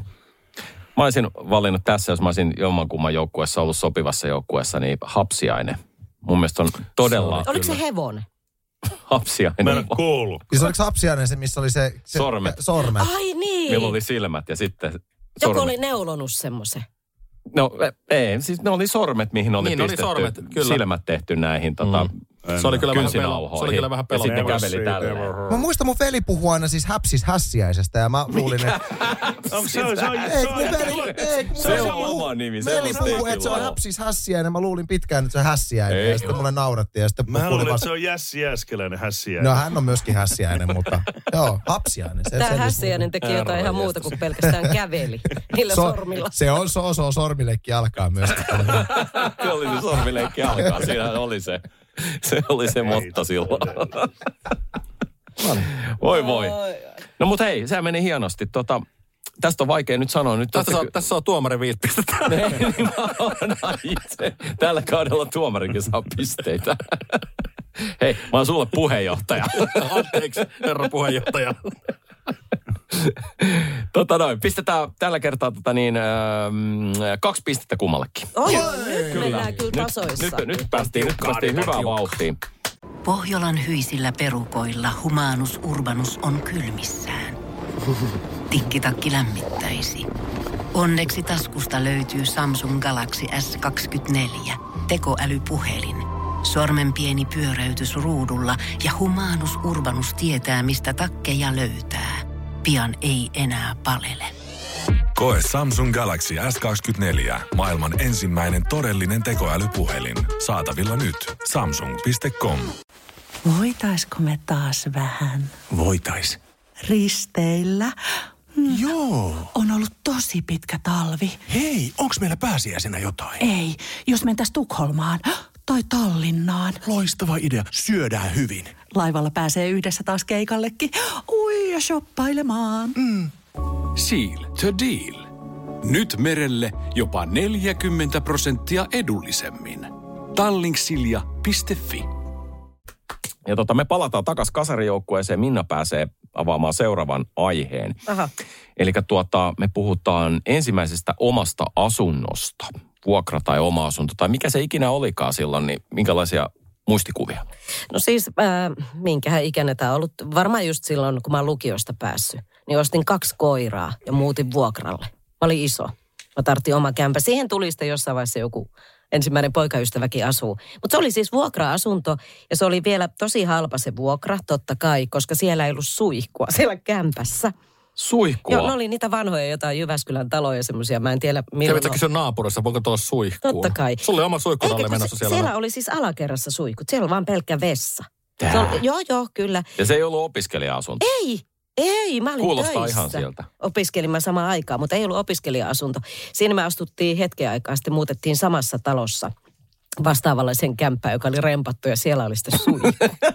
Speaker 5: Mä olisin valinnut tässä, jos mä olisin jommankumman joukkueessa ollut sopivassa joukkueessa, niin Hapsiainen. Mun mielestä on todella...
Speaker 7: Oliko se hevonen?
Speaker 5: Hapsiainen.
Speaker 6: Mä en ole kuullut.
Speaker 9: Siis oliko Hapsiainen se, missä oli se... se
Speaker 5: Sormet.
Speaker 9: Sormet.
Speaker 7: Ai niin.
Speaker 5: Milloin oli silmät ja sitten
Speaker 7: Joku
Speaker 5: sormet.
Speaker 7: oli neulonut semmoisen.
Speaker 5: No ei, siis ne oli sormet, mihin oli
Speaker 8: Niin, ne oli
Speaker 5: pistetty
Speaker 8: sormet, kyllä.
Speaker 5: silmät tehty näihin tota,
Speaker 8: Se oli kyllä vähän pelo.
Speaker 5: kynsinauhoihin.
Speaker 8: Se oli kyllä vähän
Speaker 5: Ja sitten
Speaker 8: pelottavaa.
Speaker 5: käveli tälleen.
Speaker 9: Mä muistan mun veli puhuu aina siis häpsis hässiäisestä ja mä luulin, että...
Speaker 6: Onko se on, se on,
Speaker 9: Ei, kun mun veli, ei, kun mun
Speaker 5: Se
Speaker 9: veli
Speaker 5: on
Speaker 9: puhuu-
Speaker 5: oma nimi, se
Speaker 9: Veli
Speaker 5: on
Speaker 9: puhuu,
Speaker 5: Steve
Speaker 9: että se on
Speaker 5: Law.
Speaker 9: häpsis hässiäinen. Mä luulin pitkään, että se on hässiäinen.
Speaker 5: Ei
Speaker 9: Ja sitten mulle naurettiin ja sitten
Speaker 6: Mä
Speaker 9: kuulin
Speaker 6: luulen,
Speaker 9: vaan...
Speaker 6: että se on Jässi Jääskeläinen hässiäinen.
Speaker 9: No hän on myöskin hässiäinen, mutta joo, Hapsiainen. Se,
Speaker 7: Tämä
Speaker 9: se,
Speaker 7: Hässiäinen teki jotain ihan muuta kuin pelkästään käveli niillä
Speaker 9: so,
Speaker 7: sormilla.
Speaker 9: Se on so-so sormileikki alkaa myöskin.
Speaker 5: Se oli se sormileikki alkaa, siinä oli se. Se oli se motto silloin. Voi voi. No mut hei, se meni hienosti. Tota, tästä on vaikea nyt sanoa. Nyt
Speaker 8: Tässä saa, tässä saa tuomari viisi pistettä.
Speaker 5: Ei, niin mä annan itse. Tällä kaudella tuomarikin saa pisteitä. Hei, mä oon sulle puheenjohtaja.
Speaker 8: Anteeksi, herra puheenjohtaja.
Speaker 5: Tota noin, pistetään tällä kertaa tota niin, äh, kaksi pistettä kummallekin.
Speaker 7: Oi, nyt mennään kyllä tasoissa.
Speaker 5: Nyt, nyt päästiin, nyt päästiin hyvään vauhtiin.
Speaker 1: Pohjolan hyisillä perukoilla Humanus Urbanus on kylmissään. Tikkitakki lämmittäisi. Onneksi taskusta löytyy Samsung Galaxy S kaksikymmentäneljä, tekoälypuhelin. Sormen pieni pyöräytys ruudulla ja Humanus Urbanus tietää, mistä takkeja löytää. Pian ei enää palele.
Speaker 2: Koe Samsung Galaxy S kaksikymmentäneljä. Maailman ensimmäinen todellinen tekoälypuhelin. Saatavilla nyt. samsung piste com.
Speaker 10: Voitaisko me taas vähän
Speaker 11: Voitais.
Speaker 10: risteillä? Mm,
Speaker 11: Joo.
Speaker 10: On ollut tosi pitkä talvi.
Speaker 11: Hei, onks meillä pääsiäisenä jotain?
Speaker 10: Ei, jos mentäis Tukholmaan tai Tallinnaan.
Speaker 11: Loistava idea. Syödään hyvin.
Speaker 10: Laivalla pääsee yhdessä taas keikallekin. Ui ja shoppailemaan.
Speaker 11: Mm.
Speaker 4: Seal to deal. Nyt merelle jopa neljäkymmentä prosenttia edullisemmin. Tallingsilja piste fi.
Speaker 5: Ja tota, me palataan takaisin kasarijoukkueeseen. Minna pääsee avaamaan seuraavan aiheen.
Speaker 7: Aha.
Speaker 5: Eli tuota, me puhutaan ensimmäisestä omasta asunnosta. Vuokra tai oma asunto tai mikä se ikinä olikaan silloin, niin minkälaisia muistikuvia?
Speaker 7: No siis, äh, minkähän ikäinen tämä on ollut. Varmaan just silloin, kun mä oon lukiosta päässyt, niin ostin kaksi koiraa ja muutin vuokralle. Mä olin iso. Mä tarvitsin oma kämpä. Siihen tuli sitten jossain vaiheessa joku ensimmäinen poikaystäväkin asuu. Mutta se oli siis vuokra-asunto ja se oli vielä tosi halpa se vuokra, totta kai, koska siellä ei ollut suihkua siellä kämpässä.
Speaker 5: Suihkua?
Speaker 7: Joo, ne oli niitä vanhoja jotain Jyväskylän taloja semmoisia, mä en tiedä milloin.
Speaker 8: Kävitkö sen naapurissa, voiko tuolla suihkuun?
Speaker 7: Totta kai.
Speaker 8: Sulla oli oma suihkuralle menossa siellä.
Speaker 7: Siellä oli siis alakerrassa suihkut, siellä oli vaan pelkkä vessa. Oli, joo, joo, kyllä.
Speaker 5: Ja se ei ollut opiskelija-asunto?
Speaker 7: Ei, ei, mä olin
Speaker 5: Kuulostaa
Speaker 7: töissä.
Speaker 5: ihan sieltä.
Speaker 7: Opiskelin mä samaan aikaan, mutta ei ollut opiskelija-asunto. Siinä me astuttiin hetken aikaa, sitten muutettiin samassa talossa vastaavallaisen kämppään, joka oli rempattu ja siellä oli sitten suihku.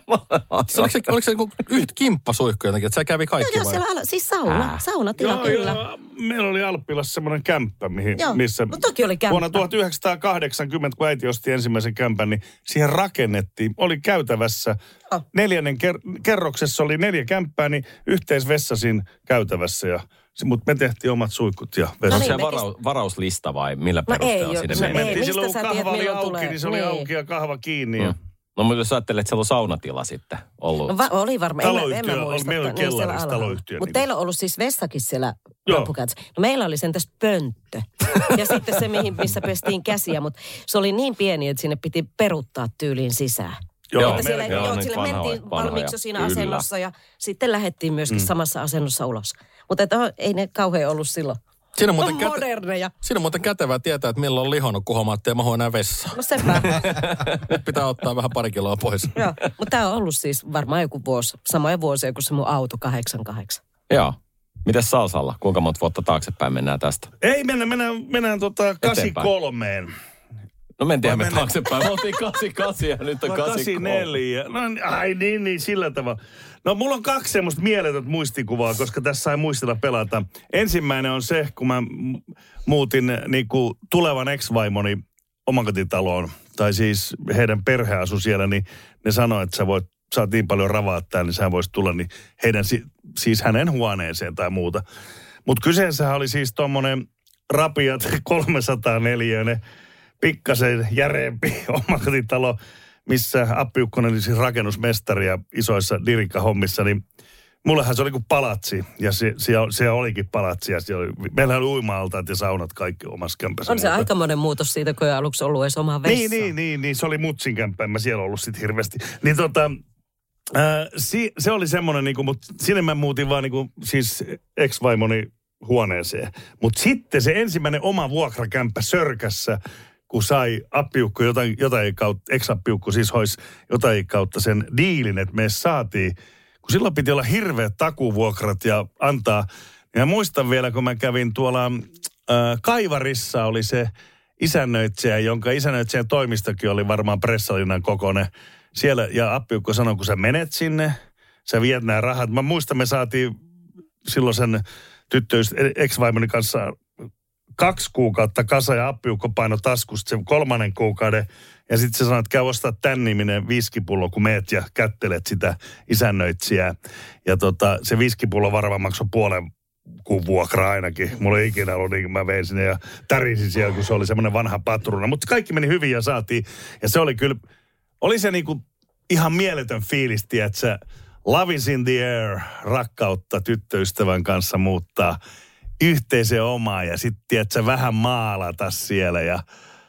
Speaker 8: oliko se, oliko se joku yhtä kimppasuihku jotenkin, että se kävi kaikki
Speaker 7: no,
Speaker 8: vai?
Speaker 7: Joo, siellä ala, siis sauna, äh. saunatila
Speaker 6: joo,
Speaker 7: kyllä.
Speaker 6: Joo, meillä oli Alppilassa semmoinen kämppä, mihin,
Speaker 7: joo,
Speaker 6: missä
Speaker 7: no toki oli kämppä.
Speaker 6: Vuonna tuhatyhdeksänsataakahdeksankymmentä, kun äiti osti ensimmäisen kämpän, niin siihen rakennettiin, oli käytävässä. Oh. Neljännen ker- kerroksessa oli neljä kämppää, niin yhteisvessasin käytävässä ja mutta me tehtiin omat suihkut ja vessat.
Speaker 5: No niin, se varau, varauslista vai millä
Speaker 7: no
Speaker 5: perusteella
Speaker 7: ei,
Speaker 5: sinne
Speaker 7: no
Speaker 5: meni?
Speaker 6: Me mentiin silloin, kun kahva oli auki,
Speaker 7: tulee?
Speaker 6: niin se oli
Speaker 7: niin.
Speaker 6: auki ja kahva kiinni. Ja...
Speaker 5: Mm. No mutta jos ajattelet, että siellä on saunatila sitten ollut.
Speaker 7: No va- oli varmaan,
Speaker 6: taloyhtiö, en mä, en mä muista. Meillä oli kellarissa taloyhtiö.
Speaker 7: Mutta teillä on ollut siis vessakin siellä loppukäytössä. No meillä oli sen tässä pönttö. Ja sitten se, mihin, missä pestiin käsiä, mutta se oli niin pieni, että sinne piti peruuttaa tyyliin sisään.
Speaker 6: Joo,
Speaker 7: että siellä,
Speaker 5: joo,
Speaker 7: joo, sille mentiin valmiiksi jo siinä
Speaker 5: kyllä.
Speaker 7: asennossa ja sitten lähdettiin myöskin mm. samassa asennossa ulos. Mutta ei ne kauhean ollut silloin.
Speaker 8: Siinä on muuten, käte-
Speaker 7: moderneja.
Speaker 8: Siinä on muuten kätevää tietää, että milloin on lihonnut, kun huomaa, että ei mahu enää vessaan.
Speaker 7: No sepä.
Speaker 8: Nyt pitää ottaa vähän pari kiloa pois.
Speaker 7: Joo, mutta tämä on ollut siis varmaan joku vuosi, samoja vuosia kuin se mun auto kahdeksankymmentäkahdeksan.
Speaker 5: Joo. Mites Salsalla? Kuinka monta vuotta taaksepäin mennään tästä?
Speaker 6: Ei, mennään, mennään, mennään tota kahdeksankymmentäkolmeen.
Speaker 5: No mentiin me taaksepäin. Me oltiin kahdeksankymmentäkahdeksan ja nyt on
Speaker 6: kahdeksankymmentäneljä. No ai niin, niin, sillä tavalla. No mulla on kaksi semmoista mieletöntä muistikuvaa, koska tässä sai muistella pelata. Ensimmäinen on se, kun mä muutin niinku tulevan ex-vaimoni omakotitaloon, tai siis heidän perhe asui siellä, niin ne sanoi, että sä voit, sä oot niin paljon ravaa täällä, niin sä voisit tulla niin heidän, siis hänen huoneeseen tai muuta. Mutta kyseessähän oli siis tommonen rapiat kolmesataaneljä, pikkasen järeempi omakotitalo, missä appiukkonen oli siis rakennusmestari ja isoissa dirikkahommissa, niin mullehan se oli kuin palatsi. Ja se, se, se olikin palatsi. Ja se oli, meillä oli uima-altaat ja saunat kaikki omassa kämpässä.
Speaker 7: On se aikamoinen muutos siitä, kun ei aluksi ollut edes omaa vessaa.
Speaker 6: Niin, niin, niin, niin. Se oli mutsin kämppä. En mä siellä ollut sit hirveästi. Niin tota, äh, si, se oli semmoinen, niinku, mutta sinne mä muutin vaan niinku, siis ex-vaimoni huoneeseen. Mutta sitten se ensimmäinen oma vuokrakämppä Sörkässä, kun sai appiukko jotain, jotain kautta, ex-appiukko siis hoisi jotain kautta sen diilin, että me saatiin, kun silloin piti olla hirveät takuvuokrat ja antaa. Ja muistan vielä, kun mä kävin tuolla äh, Kaivarissa, oli se isännöitsijä, jonka isännöitsijän toimistokin oli varmaan Pressalinnan kokoinen. Siellä, ja appiukko sanoi, kun sä menet sinne, sä viet nämä rahat. Mä muistan, me saatiin silloin sen tyttöystä ex-vaimoni kanssa kaksi kuukautta kasa ja appiukko paino taskusta sen kolmannen kuukauden. Ja sitten se sanoi, että käy ostaa tämän niminen viskipullo, kun meet ja kättelet sitä isännöitsijää. Ja tota, se viskipullo varmaan maksoi puolen kuun vuokra ainakin. Mulla ei ikinä ollut niin, kun mä vein sinne ja tärisin siellä, kun se oli semmoinen vanha patruna. Mutta kaikki meni hyvin ja saatiin. Ja se oli kyllä, oli se niinku ihan mieletön fiilis, että sä love is in the air, rakkautta tyttöystävän kanssa muuttaa yhteiseen omaa ja sitten, tiedätkö, vähän maalata siellä ja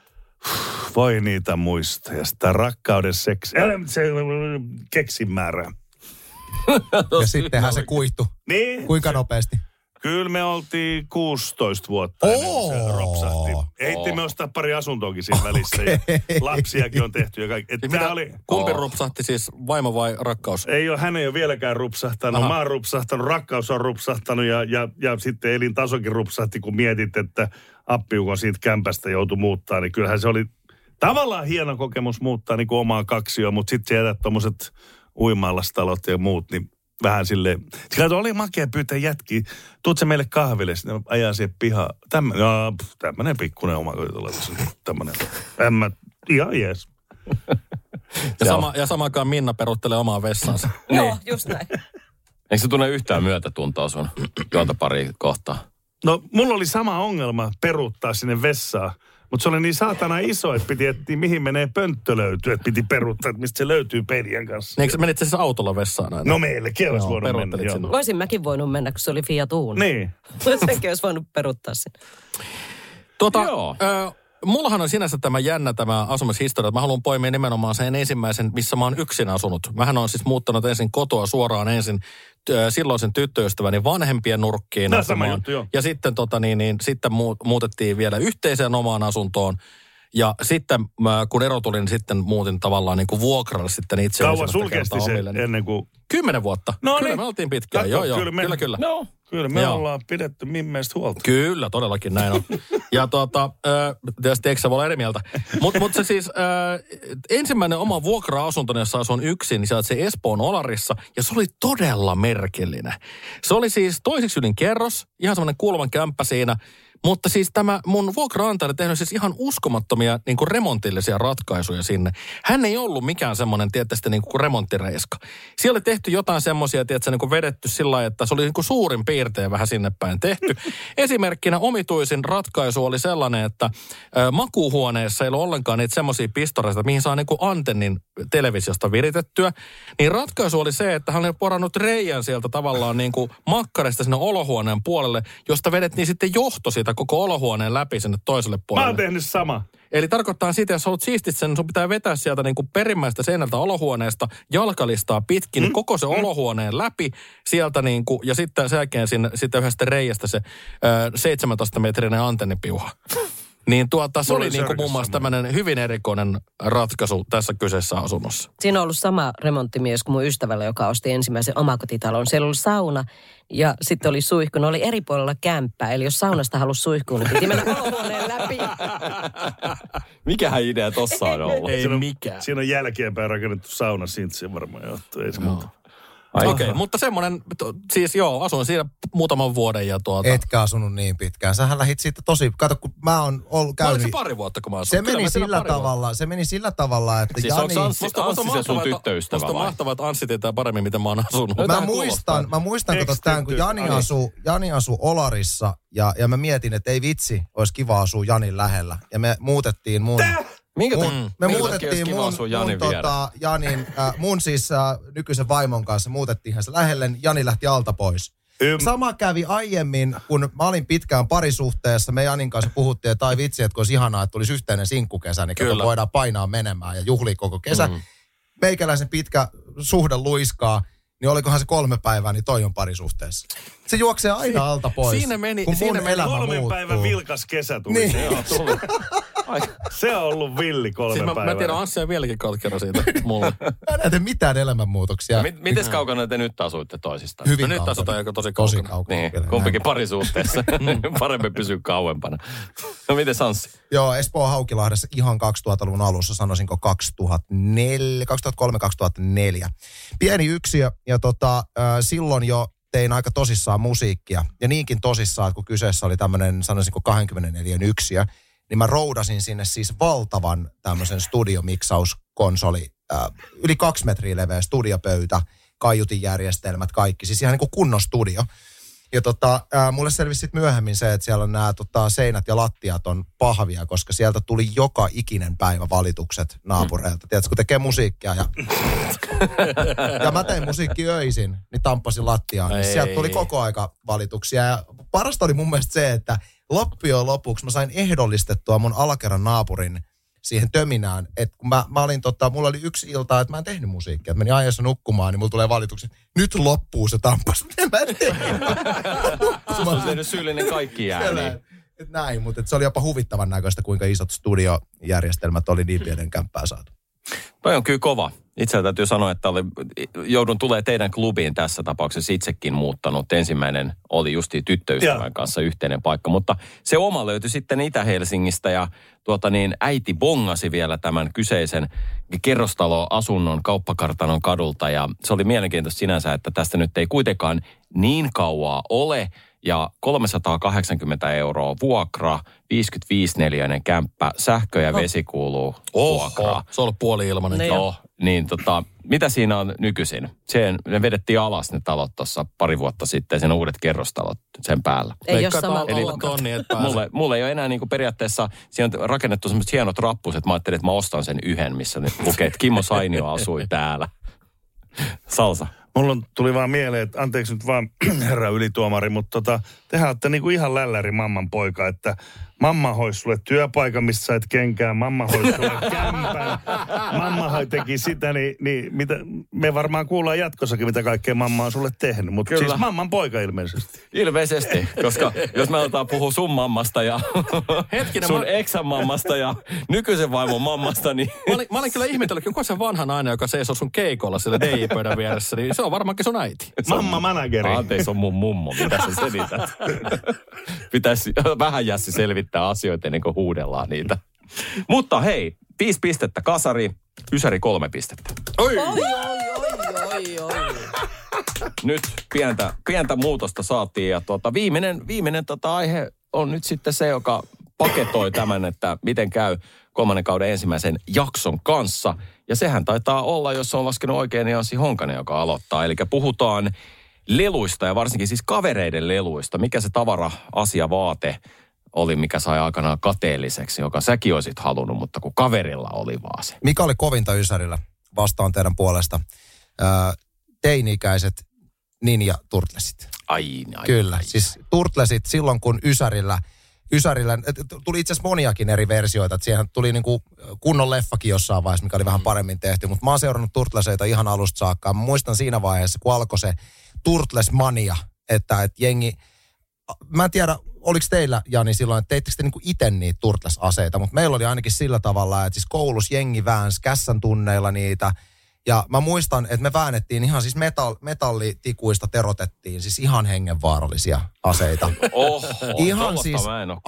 Speaker 6: uh, voi niitä muistaa. Ja sitä rakkauden seksi, se keksin määrää.
Speaker 9: Ja sittenhän se kuihtui.
Speaker 6: Niin.
Speaker 9: Kuinka nopeasti?
Speaker 6: Kyllä me oltiin kuusitoista vuotta ennen kuin se ropsahti. Ehti me ostaa pari asuntoakin siinä välissä okay. Ja lapsiakin on tehty. Ja kaikki. Et tää oli,
Speaker 8: kumpi rupsahti siis, vaimo vai rakkaus?
Speaker 6: Ei ole, hän ei ole vieläkään rupsahtanut. Aha. Mä oon rupsahtanut, rakkaus on rupsahtanut ja, ja, ja sitten elintasokin rupsahti, kun mietit, että appiukon siitä kämpästä joutui muuttaa. Niin kyllähän se oli tavallaan hieno kokemus muuttaa niin kuin omaa kaksioon, mutta sitten sieltä tommoset uimaallastalot ja muut, niin vähän silleen, sillä oli makea pyytää jätkiä, tuut se meille kahville, sitten ajaa siihen pihaan. Tämmönen, jaa, tämmönen pikkuinen omakotitalo, tämmönen, en mä, ihan jees.
Speaker 8: Ja, sama, ja samakaan Minna peruttelee omaa vessansa.
Speaker 7: Joo, just näin.
Speaker 5: Eikö se tunne yhtään myötätuntoa sun juontapari kohtaan?
Speaker 6: No, mulla oli sama ongelma peruuttaa sinne vessaan. Mutta se oli niin saatana iso, että piti etsiä, mihin menee pönttö löytyy. Että piti peruuttaa, että mistä se löytyy peilien kanssa.
Speaker 8: Eikö menit siis autolla vessaan aina?
Speaker 6: No meillekin olisi voinut mennä. Joo.
Speaker 7: Voisin mäkin voinut mennä, kun se oli Fiat Uno.
Speaker 6: Niin.
Speaker 7: Senkin olisi voinut peruuttaa sen.
Speaker 8: Tuota, ö, mullahan on sinänsä tämä jännä tämä asumishistoria. Mä haluan poimia nimenomaan sen ensimmäisen, missä mä oon yksin asunut. Mähän on siis muuttanut ensin kotoa suoraan ensin silloisen tyttöystäväni vanhempien nurkkiin.
Speaker 6: No, sama juttu, joo.
Speaker 8: Ja sitten, tota, niin, niin, sitten muutettiin vielä yhteiseen omaan asuntoon. Ja sitten kun ero tuli, niin sitten muutin tavallaan niin kuin vuokralle sitten itse.
Speaker 6: Kauan sulkesti se omille, ennen kuin...
Speaker 8: Kymmenen vuotta. No kyllä niin. Me oltiin pitkään. Katso, joo, joo. Kyllä, me... kyllä, kyllä.
Speaker 6: No. Kyllä me joo. ollaan pidetty mimmeistä huolta.
Speaker 8: Kyllä, todellakin näin on. Ja tuota, äh, tietysti eikö sä voi olla eri mieltä. Mutta mut se siis, äh, ensimmäinen oma vuokra-asunto, jossa asun yksin, niin se oli se Espoon Olarissa, ja se oli todella merkillinen. Se oli siis toiseksi ylin kerros, ihan semmoinen kulman kämppä siinä, mutta siis tämä mun vuokra-antaja oli tehnyt siis ihan uskomattomia niin kuin remontillisia ratkaisuja sinne. Hän ei ollut mikään semmoinen, tietysti niin kuin remonttireiska. Siellä oli tehty jotain semmoisia, tietysti niin kuin vedetty sillä lailla, että se oli niin kuin suurin piirtein vähän sinne päin tehty. Esimerkkinä omituisin ratkaisu oli sellainen, että ä, makuuhuoneessa ei ole ollenkaan niitä semmoisia pistoreita, mihin saa niin kuin antennin televisiosta viritettyä. Niin ratkaisu oli se, että hän oli porannut reijän sieltä tavallaan niin kuin makkarista sinne olohuoneen puolelle, josta vedettiin sitten johto siitä koko olohuoneen läpi sinne toiselle puolelle.
Speaker 6: Mä oon tehnyt sama.
Speaker 8: Eli tarkoittaa sitä, jos haluat siistit sen, sun pitää vetää sieltä niin kuin perimmäistä seinältä olohuoneesta jalkalistaa pitkin mm. koko se mm. olohuoneen läpi sieltä niin kuin, ja sitten sen jälkeen sinne, sitten yhdestä reiästä se ö, seitsemäntoista metrinen antennipiuha. Niin tuota, se oli niin kuin muun muassa tämmöinen hyvin erikoinen ratkaisu tässä kyseessä asunnossa.
Speaker 7: Siinä on ollut sama remonttimies kuin mun ystävällä, joka osti ensimmäisen omakotitalon. Siellä oli sauna ja sitten oli suihku. Ne oli eri puolella kämppää. Eli jos saunasta halusi suihkuun, niin piti mennä olohuoneen läpi.
Speaker 5: Mikähän idea tossa on ollut?
Speaker 8: Ei mikään.
Speaker 6: Siinä on jälkeenpäin rakennettu sauna, siitä se varmaan johtuu. Ei se muuta.
Speaker 8: Okei, okay, mutta semmoinen, siis joo, asuin siinä muutaman vuoden ja tuota...
Speaker 9: Etkä asunut niin pitkään. Sähän lähit siitä tosi, kato kun mä oon ollut käynyt...
Speaker 8: Mä olin se pari vuotta, kun mä asuin.
Speaker 9: Se meni sillä tavalla, se meni sillä tavalla, että
Speaker 5: siis
Speaker 9: Jani...
Speaker 5: Siis Anssi, musta, Anssi se sun tyttöystävä vai?
Speaker 8: Musta mahtavaa, että Anssi tietää paremmin, miten mä oon asunut.
Speaker 9: No, mä, muistan, mä muistan, kato tämän, kun Jani asui Jani asu Olarissa ja, ja mä mietin, että ei vitsi, olisi kiva asua Janin lähellä. Ja me muutettiin mun... Tää?
Speaker 5: Minkä
Speaker 9: mun,
Speaker 5: te,
Speaker 9: me
Speaker 5: minkä
Speaker 9: muutettiin mun,
Speaker 5: Janin,
Speaker 9: mun tota, Janin, äh, mun siis äh, nykyisen vaimon kanssa muutettiin se lähelle, Jani lähti alta pois. Ym. Sama kävi aiemmin, kun mä olin pitkään parisuhteessa, me Janin kanssa puhuttiin, että ai vitsi, että kun olisi ihanaa, että tulisi yhteinen sinkkukesä, niin kato, voidaan painaa menemään ja juhlia koko kesä. Mm. Meikäläisen pitkä suhde luiskaa, niin olikohan se kolme päivää, niin toi on parisuhteessa. Se juoksee aina alta pois,
Speaker 8: siinä meni,
Speaker 9: kun
Speaker 8: siinä
Speaker 9: mun
Speaker 8: meni
Speaker 9: elämä
Speaker 6: kolmen
Speaker 9: muuttuu.
Speaker 6: päivän vilkas kesä tuli.
Speaker 9: Niin.
Speaker 6: Se, joo, tuli. Se on ollut villi kolme
Speaker 8: siis mä,
Speaker 6: päivää.
Speaker 8: Mä tiedän, Anssi on vieläkin katkera siitä mulle.
Speaker 9: Mä en näe mitään elämänmuutoksia.
Speaker 5: M- Mites kaukana te nyt asuitte toisistaan?
Speaker 9: Hyvin
Speaker 8: no
Speaker 9: kaukana.
Speaker 8: nyt asutaan aika tosi kaukana.
Speaker 9: Tosi kaukana.
Speaker 5: Niin, kumpikin parisuhteessa. Parempi pysyä kauempana. No miten Anssi?
Speaker 9: Joo, Espoon Haukilahdessa ihan kaksituhattaluvun alussa, sanoisinko kaksituhattaneljä, kaksituhattakolme kaksituhattaneljä. Pieni yksiö ja tota, äh, silloin jo tein aika tosissaan musiikkia. Ja niinkin tosissaan, että kun kyseessä oli tämmöinen, sanoisinko kaksikymmentäneljä yksiö, niin mä roudasin sinne siis valtavan tämmöisen studiomiksauskonsoli, äh, yli kaksi metriä leveä studiopöytä, kaiutinjärjestelmät, kaikki. Siis ihan niin kuin kunnon studio. Ja tota, äh, mulle selvisi sitten myöhemmin se, että siellä on nämä tota, seinät ja lattiat on pahvia, koska sieltä tuli joka ikinen päivä valitukset naapureilta. Tiedätkö, kun tekee musiikkia ja, ja mä tein musiikki öisin, niin tamppasin lattiaan. Niin sieltä tuli koko aika valituksia. Ja parasta oli mun mielestä se, että loppujen lopuksi mä sain ehdollistettua mun alakerran naapurin siihen töminään, että kun mä, mä olin tota, mulla oli yksi ilta, että mä en tehnyt musiikkia, että menin ajassa nukkumaan, niin mulla tulee valitukset, nyt loppuu se tamppas. Mä en tehnyt.
Speaker 5: Mä oon tehnyt syyllinen kaikki ääniin.
Speaker 9: Näin, mutta se oli jopa huvittavan näköistä, kuinka isot studiojärjestelmät oli niin pienen kämppää saatu.
Speaker 5: Toi on kyllä kova. Itse täytyy sanoa, että oli, joudun tulee teidän klubiin tässä tapauksessa itsekin muuttanut. Ensimmäinen oli justiin tyttöystävän ja. kanssa yhteinen paikka, mutta se oma löytyi sitten Itä-Helsingistä ja tuota niin, äiti bongasi vielä tämän kyseisen kerrostaloasunnon Kauppakartanon kadulta ja se oli mielenkiintoista sinänsä, että tästä nyt ei kuitenkaan niin kauaa ole ja kolmesataakahdeksankymmentä euroa vuokra, viisikymmentäviisi neliöinen kämppä, sähkö ja vesi kuuluu vuokraa.
Speaker 8: Oho, se on ollut puoli ilmanen.
Speaker 5: Joo, niin tota, mitä siinä on nykyisin? Sen, ne vedettiin alas ne talot tuossa pari vuotta sitten, sen uudet kerrostalot sen päällä.
Speaker 7: Ei ole sama
Speaker 5: Eli mulle, mulle ei ole enää niinku periaatteessa, siinä on rakennettu semmoiset hienot rappuset, mä ajattelin, että mä ostan sen yhden, missä ne lukee, että Kimmo Sainio asui täällä. Salsa.
Speaker 6: Mulla tuli vaan mieleen, että anteeksi nyt vaan herra ylituomari, mutta tota, tehän olette niinku ihan lälläri mamman poika, että mamma hoisi sulle työpaikan, missä sait kenkään, mamma hoisi sulle kämpän, mamma teki sitä, niin, niin mitä, me varmaan kuullaan jatkossakin, mitä kaikkea mamma on sulle tehnyt, mutta siis mamman poika ilmeisesti.
Speaker 5: Ilmeisesti, koska jos me aletaan puhua sun mammasta ja Hetkinen, sun mä... eksän mammasta ja nykyisen vaimon mammasta, niin...
Speaker 8: Mä olin, mä olin kyllä ihmetellyt, kuka se vanha nainen, joka seisoo sun keikolla sillä D J-pöydän vieressä, niin se on varmaankin sun äiti.
Speaker 6: Mamma manageri.
Speaker 5: Anteeksi, se on mun mummo, mitä sä selität. Pitäisi vähän Jässi selvittää asioita ennen kuin huudellaan niitä. Mutta hei, viisi pistettä kasari, Ysäri kolme pistettä.
Speaker 7: Oi, oi, oi, oi, oi.
Speaker 5: Nyt pientä, pientä muutosta saatiin ja tuota, viimeinen, viimeinen tota aihe on nyt sitten se, joka paketoi tämän, että miten käy kolmannen kauden ensimmäisen jakson kanssa. Ja sehän taitaa olla, jos on laskenut oikein, niin Anssi Honkanen, joka aloittaa. Eli puhutaan leluista ja varsinkin siis kavereiden leluista. Mikä se tavara, asia, vaate oli, mikä sai aikanaan kateelliseksi, joka säkin olisit halunnut, mutta kun kaverilla oli vaan se.
Speaker 9: Mikä oli kovinta Ysärillä? Vastaan teidän puolesta. Öö, teini-ikäiset Ninja Turtlesit.
Speaker 5: Ai, ai,
Speaker 9: Kyllä,
Speaker 5: ai,
Speaker 9: siis Turtlesit silloin kun Ysärillä, Ysärillä, tuli itse asiassa moniakin eri versioita, että siihen tuli niinku kunnon leffakin jossain vaiheessa, mikä oli vähän paremmin tehty, mutta mä oon seurannut Turtleseita ihan alusta saakka. Mä muistan siinä vaiheessa, kun alkoi se Turtles-mania, että, että jengi, mä en tiedä, oliko teillä, Jani, silloin, että teittekö te niinku itse niitä Turtles-aseita, mutta meillä oli ainakin sillä tavalla, että siis koulussa jengi väänsi kässän tunneilla niitä. Ja mä muistan, että me väännettiin ihan siis metall, metallitikuista terotettiin, siis ihan hengenvaarallisia aseita.
Speaker 5: Oho,
Speaker 9: ihan siis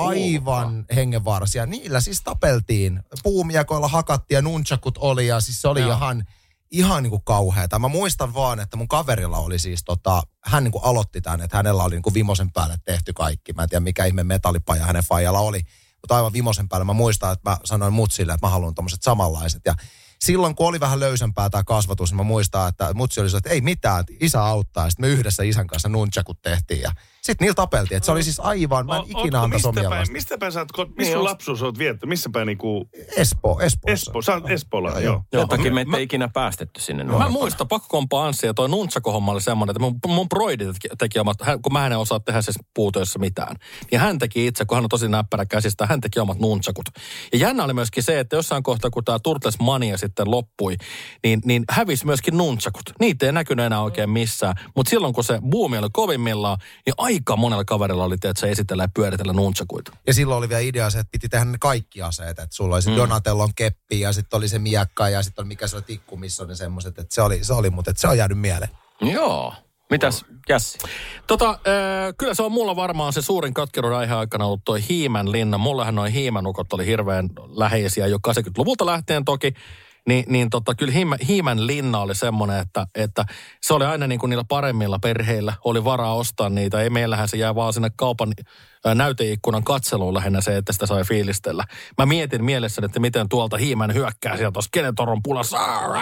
Speaker 9: aivan hengenvaarallisia. Niillä siis tapeltiin. Puumiekoilla hakattiin ja nunchakut oli ja siis se oli Joo. ihan, ihan niin kuin kauheata. Mä muistan vaan, että mun kaverilla oli siis tota, hän niin kuin aloitti tämän, että hänellä oli niin kuin vimosen päälle tehty kaikki. Mä en tiedä mikä ihme metallipaja hänen faijalla oli, mutta aivan vimosen päälle. Mä muistan, että mä sanoin mutsille, että mä haluan tommoset samanlaiset ja silloin, kun oli vähän löysempää tämä kasvatus, niin mä muistan, että mutsi oli se, että ei mitään, isä auttaa. Sitten me yhdessä isän kanssa nunchakut tehtiin ja sitten niillä tapeltiin. Että se oli siis aivan, mä en o, ikinä antaisi omia vasta.
Speaker 6: Mistä päin sä oot, missä sun lapsuus oot viettänyt? Missä päin niinku...
Speaker 9: Espoo, Espoossa.
Speaker 6: Espoo, sä oot Espoolla, joo. joo.
Speaker 5: Sen takia me ei ikinä päästetty sinne.
Speaker 8: Mä muistan, pakko kompaa Anssi, ja toi nunchako-homma oli semmoinen, että mun, mun broidi teki omat, kun mä en osaa tehdä siis puutöissä mitään. Ja hän teki itse, kun hän on tosi näppärä käsistä, hän teki omat nunchakut. Ja jännä oli myöskin se, että jossain kohtaa, kun tämä Turtles-mania sitten loppui, niin, niin hävisi myöskin nunchakut. Niitä ei näkynyt enää oikein missään. Mutta silloin, kun se buumi oli kovimmillaan, niin aika monella kaverilla oli, että se esitellä ja pyöritellä nunchakuita.
Speaker 9: Ja silloin oli vielä idea se, että piti tehdä ne kaikki aseet. Että sulla oli se mm. Donatellon keppi ja sitten oli se miekka ja sitten oli mikä se oli tikku, missä on ne semmoiset. Että se oli, se oli mutta se on jäänyt mieleen.
Speaker 5: Joo. Mitäs, Jässi?
Speaker 8: Tota, äh, kyllä se on mulla varmaan se suurin katkeruuden aihe aikana ollut toi He-Man linna. Mullahan noi He-Man-ukot oli hirveän läheisiä jo kahdeksankymmentäluvulta lähtien toki. Ni, niin tota, kyllä He-Man linna oli semmoinen, että, että se oli aina niin kuin niillä paremmilla perheillä oli varaa ostaa niitä. Ei meillähän se jää vaan sinne kaupan ää, näyteikkunan katseluun lähinnä se, että sitä sai fiilistellä. Mä mietin mielessäni, että miten tuolta He-Man hyökkää sieltä tuossa Skeletoron pulassa.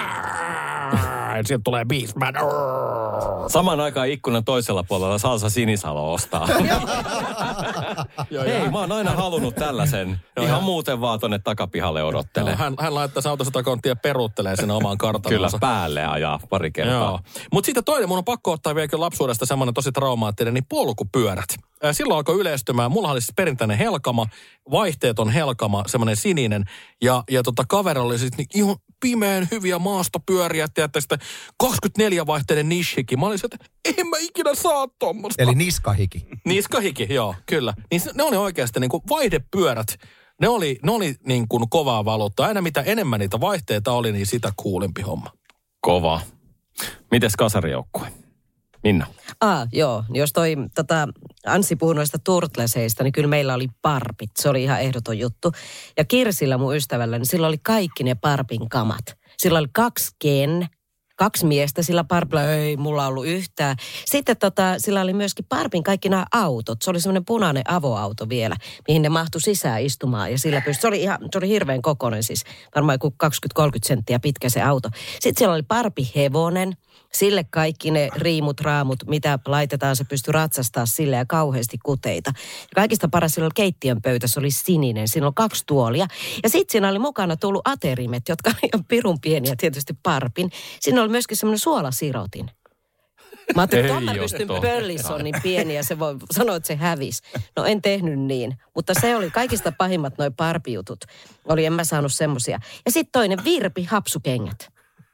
Speaker 8: Sieltä tulee Beastman.
Speaker 5: Samaan aikaan ikkunan toisella puolella Salsa Sinisalo ostaa. Hei, mä oon aina halunnut tällaisen. Ihan muuten vaan tonne takapihalle odottelee.
Speaker 8: Hän, hän laittaa se autossa takonttia ja peruuttelee sinne omaan kartalonsa.
Speaker 5: Kyllä, päälle ajaa pari kertaa.
Speaker 8: Mutta sitten toinen, mun on pakko ottaa vielä kyllä lapsuudesta semmoinen tosi traumaattinen, niin polkupyörät. Silloin alkoi yleistymään. Mulla oli siis perinteinen helkama, vaihteeton helkama, semmoinen sininen. Ja, ja tota, kaverilla oli siis niin ihan pimeän hyviä maastopyöriä, että sitten kaksikymmentäneljä-vaihteinen nishiki. Mä olin sieltä, en mä ikinä saa tommoista.
Speaker 9: Eli niskahiki.
Speaker 8: Niskahiki, joo, kyllä. Niin ne oli oikeasti niin kuin vaihdepyörät. Ne oli, ne oli niin kuin kovaa valuuttaa. Aina mitä enemmän niitä vaihteita oli, niin sitä kuulempi homma.
Speaker 5: Kova. Mites kasarijoukkue? Minna.
Speaker 7: Ah, joo. Jos toi tota, Anssi puhui noista Turtleseista, niin kyllä meillä oli Barbit. Se oli ihan ehdoton juttu. Ja Kirsillä mun ystävällä, niin sillä oli kaikki ne Barbin kamat. Sillä oli kaksi Ken, Kaksi miestä sillä Barbilla, ei mulla ollut yhtään. Sitten tota, sillä oli myöskin Barbin kaikki nämä autot. Se oli semmoinen punainen avoauto vielä, mihin ne mahtui sisään istumaan. Ja sillä pystyi, se oli, ihan, se oli hirveän kokoinen siis, varmaan joku kaksikymmentä kolmekymmentä senttiä pitkä se auto. Sitten siellä oli Barbie-hevonen. Sille kaikki ne riimut, raamut, mitä laitetaan, se pystyi ratsastaa sille ja kauheasti kuteita. Ja kaikista paras sillä oli keittiön pöytä, se oli sininen, siinä oli kaksi tuolia. Ja sitten siinä oli mukana tullut aterimet, jotka oli ihan pirun pieniä, tietysti Barbin. Siinä oli myöskin semmoinen suolasirotin. Mä ajattelin, että tuolla pystyn pöllissä on niin pieni ja se voi sanoa, että se hävisi. No en tehnyt niin, mutta se oli kaikista pahimmat noi Barbie-jutut. Oli, en mä saanut semmosia. Ja sitten toinen Virpi hapsukengät.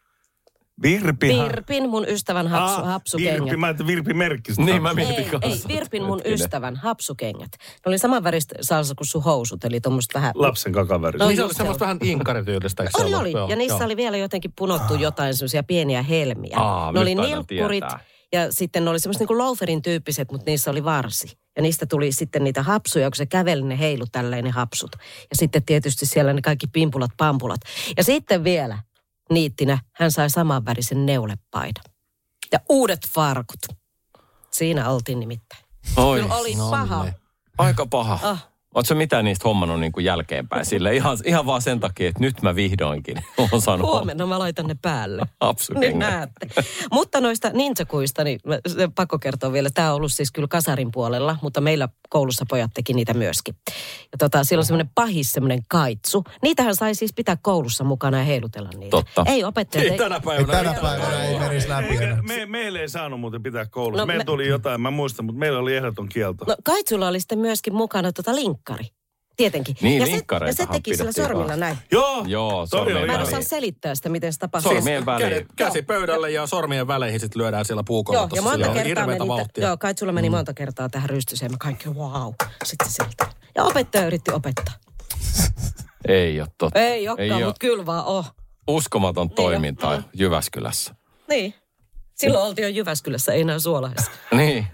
Speaker 6: Virpi.
Speaker 7: Virpin, mun ystävän hapsu,
Speaker 6: ah,
Speaker 7: hapsukengät.
Speaker 6: Virpi, mä ajattelin Virpi merkkistä.
Speaker 5: Niin mä mietin
Speaker 7: ei, ei, Virpin mun ystävän hapsukengät. Ne oli saman väristä salsa kuin sun housut, eli tuommoista vähän...
Speaker 6: Lapsen kakaväristä.
Speaker 8: No, niin se oli semmoista vähän inkarityylistä.
Speaker 7: Oli, oli. Joo, ja niissä joo. oli vielä jotenkin punottu ah. jotain semmoisia pieniä helmiä.
Speaker 5: Aa,
Speaker 7: ne oli nilkkurit ja sitten ne oli semmoiset niin kuin loaferin tyyppiset, mutta niissä oli varsi. Ja niistä tuli sitten niitä hapsuja, kun se käveli, ne heilu tälleen ne hapsut. Ja sitten tietysti siellä ne kaikki pimpulat, pampulat. Ja sitten vielä... niittinä hän sai samanvärisen neulepaidan. Ja uudet farkut. Siinä oltiin nimittäin.
Speaker 5: Oi,
Speaker 7: kyllä oli no paha. Ne.
Speaker 5: Aika paha.
Speaker 7: Ah.
Speaker 5: Oletko sä mitään niistä hommannut niin kuin jälkeenpäin? Sille ihan, ihan vaan sen takia, että nyt mä vihdoinkin olen saanut.
Speaker 7: Huomenna mä laitan ne päälle.
Speaker 5: Hapsukengät.
Speaker 7: Niin näette. Mutta noista ninjakuista, niin pakko kertoa vielä. Tämä on ollut siis kyllä kasarin puolella, mutta meillä koulussa pojat teki niitä myöskin. Ja tota, siellä on semmoinen pahis, semmoinen kaitsu. Niitähän sai siis pitää koulussa mukana ja heilutella niitä.
Speaker 5: Totta.
Speaker 7: Ei opettajat.
Speaker 8: Ei tänä päivänä.
Speaker 9: Ei tänä päivänä ei menisi läpi.
Speaker 6: Me, meille ei saanut muuten pitää koulussa.
Speaker 7: No,
Speaker 6: meillä
Speaker 7: me...
Speaker 6: tuli jotain, mä muistan, mutta meillä oli ehdoton kielto.
Speaker 7: No kaitsulla oli sitten myöskin mukana tota linkkari. Tietenkin.
Speaker 5: Niin,
Speaker 7: ja, se, ja se teki sillä sormilla näin.
Speaker 6: Joo,
Speaker 5: Joo sormien väliin.
Speaker 7: Mä en osaa selittää sitä, miten se tapahtuu.
Speaker 5: Sormien väliin.
Speaker 8: Käsi, käsi pöydälle ja sormien väleihin sitten lyödään siellä puukolla.
Speaker 7: Joo, ja monta kertaa meni, joo, Kaitsulla meni monta kertaa tähän rystyseen. Mä kaikki, wow, sitten sieltä. Ja opettaja yritti opettaa.
Speaker 5: Ei ole totta.
Speaker 7: Ei olekaan, mutta kyllä vaan oh.
Speaker 5: Uskomaton
Speaker 7: niin
Speaker 5: toiminta
Speaker 7: jo.
Speaker 5: Jyväskylässä.
Speaker 7: Niin. Silloin oltiin jo Jyväskylässä, ei enää Suolahdessa.
Speaker 5: Niin.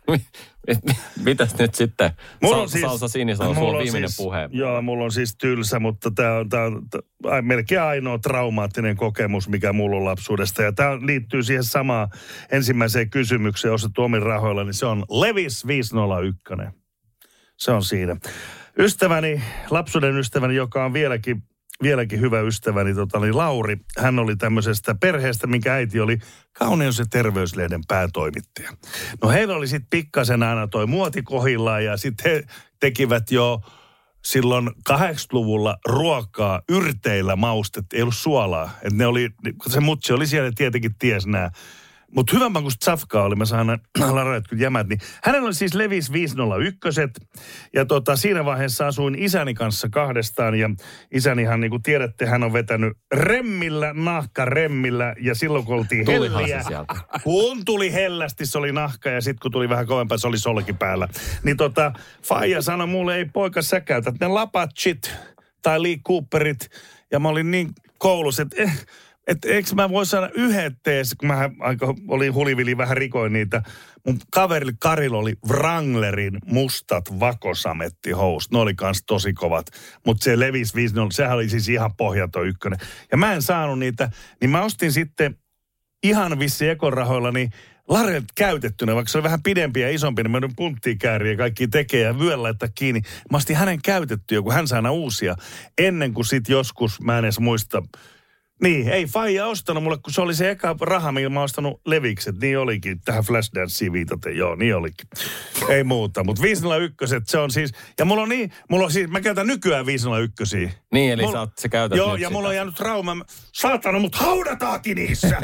Speaker 5: Mitäs nyt sitten?
Speaker 6: Mulla on
Speaker 5: Sa-
Speaker 6: siis,
Speaker 5: Salsa Sinisalo, sulla on viimeinen siis, puhe.
Speaker 6: Joo, mulla on siis tylsä, mutta tämä on, tää on tää, melkein ainoa traumaattinen kokemus, mikä mulla on lapsuudesta. Ja tämä liittyy siihen samaan ensimmäiseen kysymykseen ostettu omin rahoilla, niin se on Levis viisi nolla yksi. Se on siinä. Ystäväni, lapsuuden ystäväni, joka on vieläkin vieläkin hyvä ystäväni, tota, oli Lauri. Hän oli tämmöisestä perheestä, minkä äiti oli Kauneus- ja terveyslehden päätoimittaja. No heillä oli sitten pikkasen aina toi muoti kohillaan ja sitten he tekivät jo silloin kahdeksankymmentäluvulla ruokaa yrteillä maustettu, ei ollut suolaa. Et ne oli, se mutsi oli siellä tietenkin ties nää. Mutta hyvän makuista safkaa oli, mä saan larajat kyllä jämät, niin hänellä oli siis Levis viisi nolla yksi. Ja tota, siinä vaiheessa asuin isäni kanssa kahdestaan ja isänihan niin kuin tiedätte, hän on vetänyt remmillä, nahkaremmillä ja silloin kun oltiin helliä, kun tuli hellästi, se oli nahka ja sitten kun tuli vähän kovempaa, se oli solki päällä. Niin tota, faija sanoi mulle, ei poika sä käytät ne lapatchit tai Lee Cooperit ja mä olin niin koulussa, että eh, että eikö mä voi saada yhdet tees, kun mä aika olin hulivili, vähän rikoin niitä. Mun kaverille Karilla oli Wranglerin mustat vakosamettihousut. Ne oli kans tosi kovat. Mutta se Levis viisi nolla, sehän oli siis ihan pohjaton ykkönen. Ja mä en saanut niitä, niin mä ostin sitten ihan vissi ekorahoilla niin Larelt käytettynä, vaikka se oli vähän pidempi ja isompi, niin mä joudun punttiin kääriä ja kaikki tekee ja vyöllä laittaa kiinni. Mä ostin hänen käytettyjä, kun hän saa aina uusia. Ennen kuin sit joskus, mä en edes muista. Niin, ei faija ostanut mulle, kun se oli se eka raha, millä mä ostanut levikset. Niin olikin, tähän Flashdanceen viitaten, joo, niin olikin. Ei muuta, mutta viisi nolla yksi, se on siis, ja mulla on niin, mulla on siis, mä käytän nykyään viisi nolla yksi.
Speaker 5: Niin, eli
Speaker 6: mulla,
Speaker 5: sä, oot, sä käytät
Speaker 6: joo,
Speaker 5: nyt
Speaker 6: ja
Speaker 5: sitä.
Speaker 6: mulla on jäänyt trauma, saatana, mut haudataakin niissä.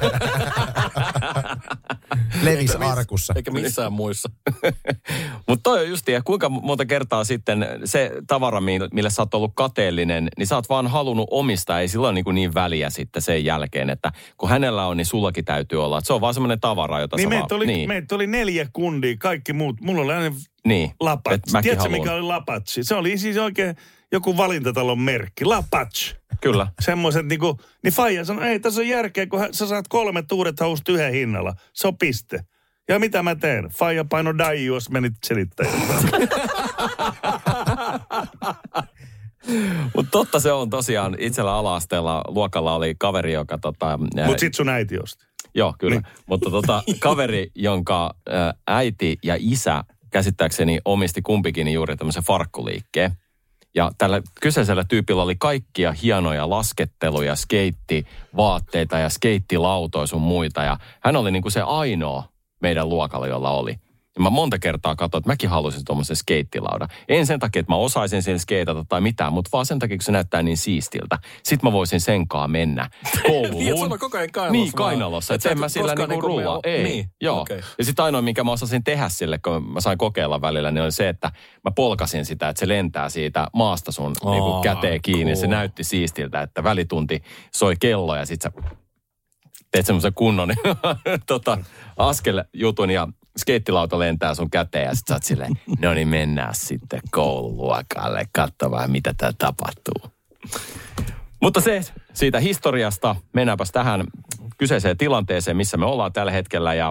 Speaker 9: Levis arkussa.
Speaker 8: Eikä missään muissa.
Speaker 5: Mutta toi on justi, ja kuinka monta kertaa sitten se tavara, mille sä oot ollut kateellinen, niin sä oot vaan halunnut omistaa, ei sillä ole niin, niin väliä sitten sen jälkeen, että kun hänellä on, niin sullakin täytyy olla. Että se on vaan semmoinen tavara, jota
Speaker 6: niin
Speaker 5: sä
Speaker 6: meitä
Speaker 5: vaan...
Speaker 6: oli,
Speaker 5: Niin,
Speaker 6: meitä oli neljä kundia, kaikki muut. Mulla oli aina
Speaker 5: niin.
Speaker 6: lapatsi. Tiedätkö, mikä oli lapatsi? Se oli siis oikein joku valintatalon merkki. Lapatsi.
Speaker 5: Kyllä.
Speaker 6: Semmoiset niinku, niin faija sanoi, ei tässä on järkeä, kun sä saat kolme uudet housut yhden hinnalla. Se on piste. Ja mitä mä teen? Faija paino daiju, jos menit selittäjään.
Speaker 5: Mutta totta Totta se on tosiaan. Itsellä ala-asteella luokalla oli kaveri, joka tota...
Speaker 6: Mutta sit sun äiti osti.
Speaker 5: Joo, kyllä.
Speaker 6: Niin.
Speaker 5: Mutta tota, kaveri, jonka ä, äiti ja isä käsittääkseni omisti kumpikin juuri tämmöisen farkkuliikkeen. Ja tällä kyseisellä tyypillä oli kaikkia hienoja lasketteluja, skeittivaatteita ja skeittilautoja sun muita. Ja hän oli niinku se ainoa meidän luokalla, jolla oli. Ja mä monta kertaa katsoin, että mäkin halusin tuommoisen skeittilaudan. En sen takia, että mä osaisin sen skeitata tai mitään, mutta vaan sen takia, kun se näyttää niin siistiltä. Sitten mä voisin senkaan mennä kouluun.
Speaker 8: Niin, että sulla on koko ajan kainalossa.
Speaker 5: Niin, kainalossa. Että en mä sillä niinku rullaa. Ei,
Speaker 8: niin,
Speaker 5: joo.
Speaker 8: Okay.
Speaker 5: Ja sitten ainoa, minkä mä osasin tehdä sille, kun mä sain kokeilla välillä, niin oli se, että mä polkasin sitä, että se lentää siitä maasta sun oh, niinku käteen kiinni. Cool. Se näytti siistiltä, että välitunti soi kello ja sit sä teet semmoisen kunnon tota, askeljutun ja skeittilauta lentää sun käteen ja sit sä oot silleen, no niin mennään sitten koululuokalle katsomaan, mitä tää tapahtuu. Mutta se siitä historiasta, mennäänpäs tähän kyseiseen tilanteeseen, missä me ollaan tällä hetkellä ja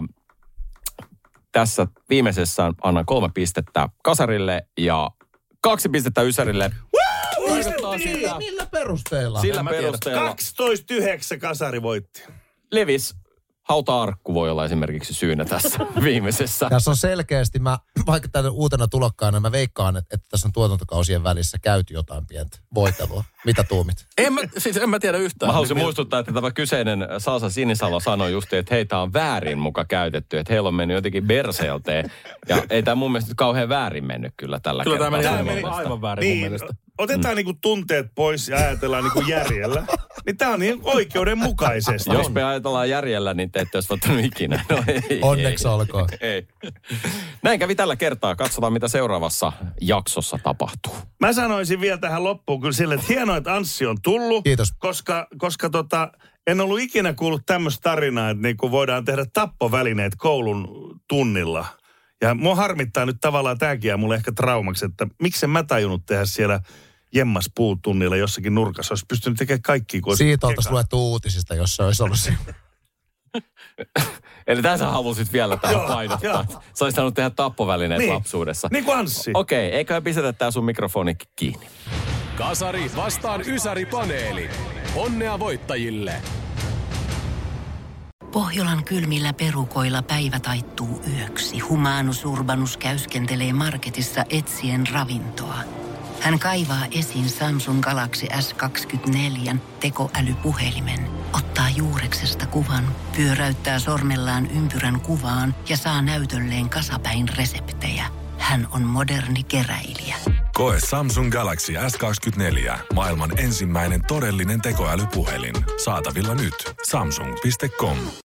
Speaker 5: tässä viimeisessä annan kolme pistettä Kasarille ja kaksi pistettä Ysärille.
Speaker 9: Sitä, millä perusteella?
Speaker 5: Sillä perusteella.
Speaker 6: kaksitoista yhdeksän Kasari voitti.
Speaker 5: Levis, hauta-arkku voi olla esimerkiksi syynä tässä viimeisessä.
Speaker 9: Tässä on selkeästi, mä, vaikka tänne uutena tulokkaana, mä veikkaan, että, että tässä on tuotantokausien välissä käyty jotain pientä voitelua. Mitä tuumit?
Speaker 8: En mä, siis en mä tiedä yhtään.
Speaker 5: Mä haluaisin muistuttaa, että tämä kyseinen Salsa Sinisalo sanoi just, että heitä on väärin muka käytetty. Että heillä on mennyt jotenkin berseelteen. Ja ei tämä mun mielestä kauhean väärin mennyt kyllä tällä
Speaker 8: kyllä
Speaker 5: kertaa.
Speaker 8: Kyllä
Speaker 5: tämä
Speaker 8: meni aivan, aivan väärin
Speaker 6: niin,
Speaker 8: mun mielestä.
Speaker 6: Otetaan mm. niinku tunteet pois ja ajatellaan niinku järjellä. Niin tää on niin oikeudenmukaisesti.
Speaker 5: Jos me ajatellaan järjellä, niin te ette olisi voittanut ikinä. No ei,
Speaker 9: onneksi
Speaker 5: ei,
Speaker 9: olkoon.
Speaker 5: Ei. Näin kävi tällä kertaa. Katsotaan, mitä seuraavassa jaksossa tapahtuu.
Speaker 6: Mä sanoisin vielä tähän loppuun kyllä sille, että hienoa, että Anssi on tullut.
Speaker 9: Kiitos.
Speaker 6: Koska, koska tota, en ollut ikinä kuullut tämmöistä tarinaa, että niinku voidaan tehdä tappovälineet koulun tunnilla. Ja mua harmittaa nyt tavallaan tämäkin ja mulle ehkä traumaksi, että miksen mä tajunnut tehdä siellä Jemmas puutunnilla jossakin nurkassa. Olisi pystynyt tekemään kaikki.
Speaker 9: Siitä oltaisiin luettu uutisista, jos se olisi ollut siinä.
Speaker 5: Eli tässä halusit vielä tähän painottaa. Sä olisit saanut tehdä tappovälineet
Speaker 6: niin.
Speaker 5: lapsuudessa.
Speaker 6: Niin kuin Anssi.
Speaker 5: Okei, okay, eiköhän pistetä tää sun mikrofoni kiinni.
Speaker 11: Kasari vastaan Ysäri-paneeli. Onnea voittajille!
Speaker 1: Pohjolan kylmillä perukoilla päivä taittuu yöksi. Humanus Urbanus käyskentelee marketissa etsien ravintoa. Hän kaivaa esiin Samsung Galaxy S kaksikymmentäneljä tekoälypuhelimen, ottaa juureksesta kuvan, pyöräyttää sormellaan ympyrän kuvaan ja saa näytölleen kasapäin reseptejä. Hän on moderni keräilijä.
Speaker 2: Koe Samsung Galaxy S kaksikymmentäneljä, maailman ensimmäinen todellinen tekoälypuhelin. Saatavilla nyt. Samsung piste com.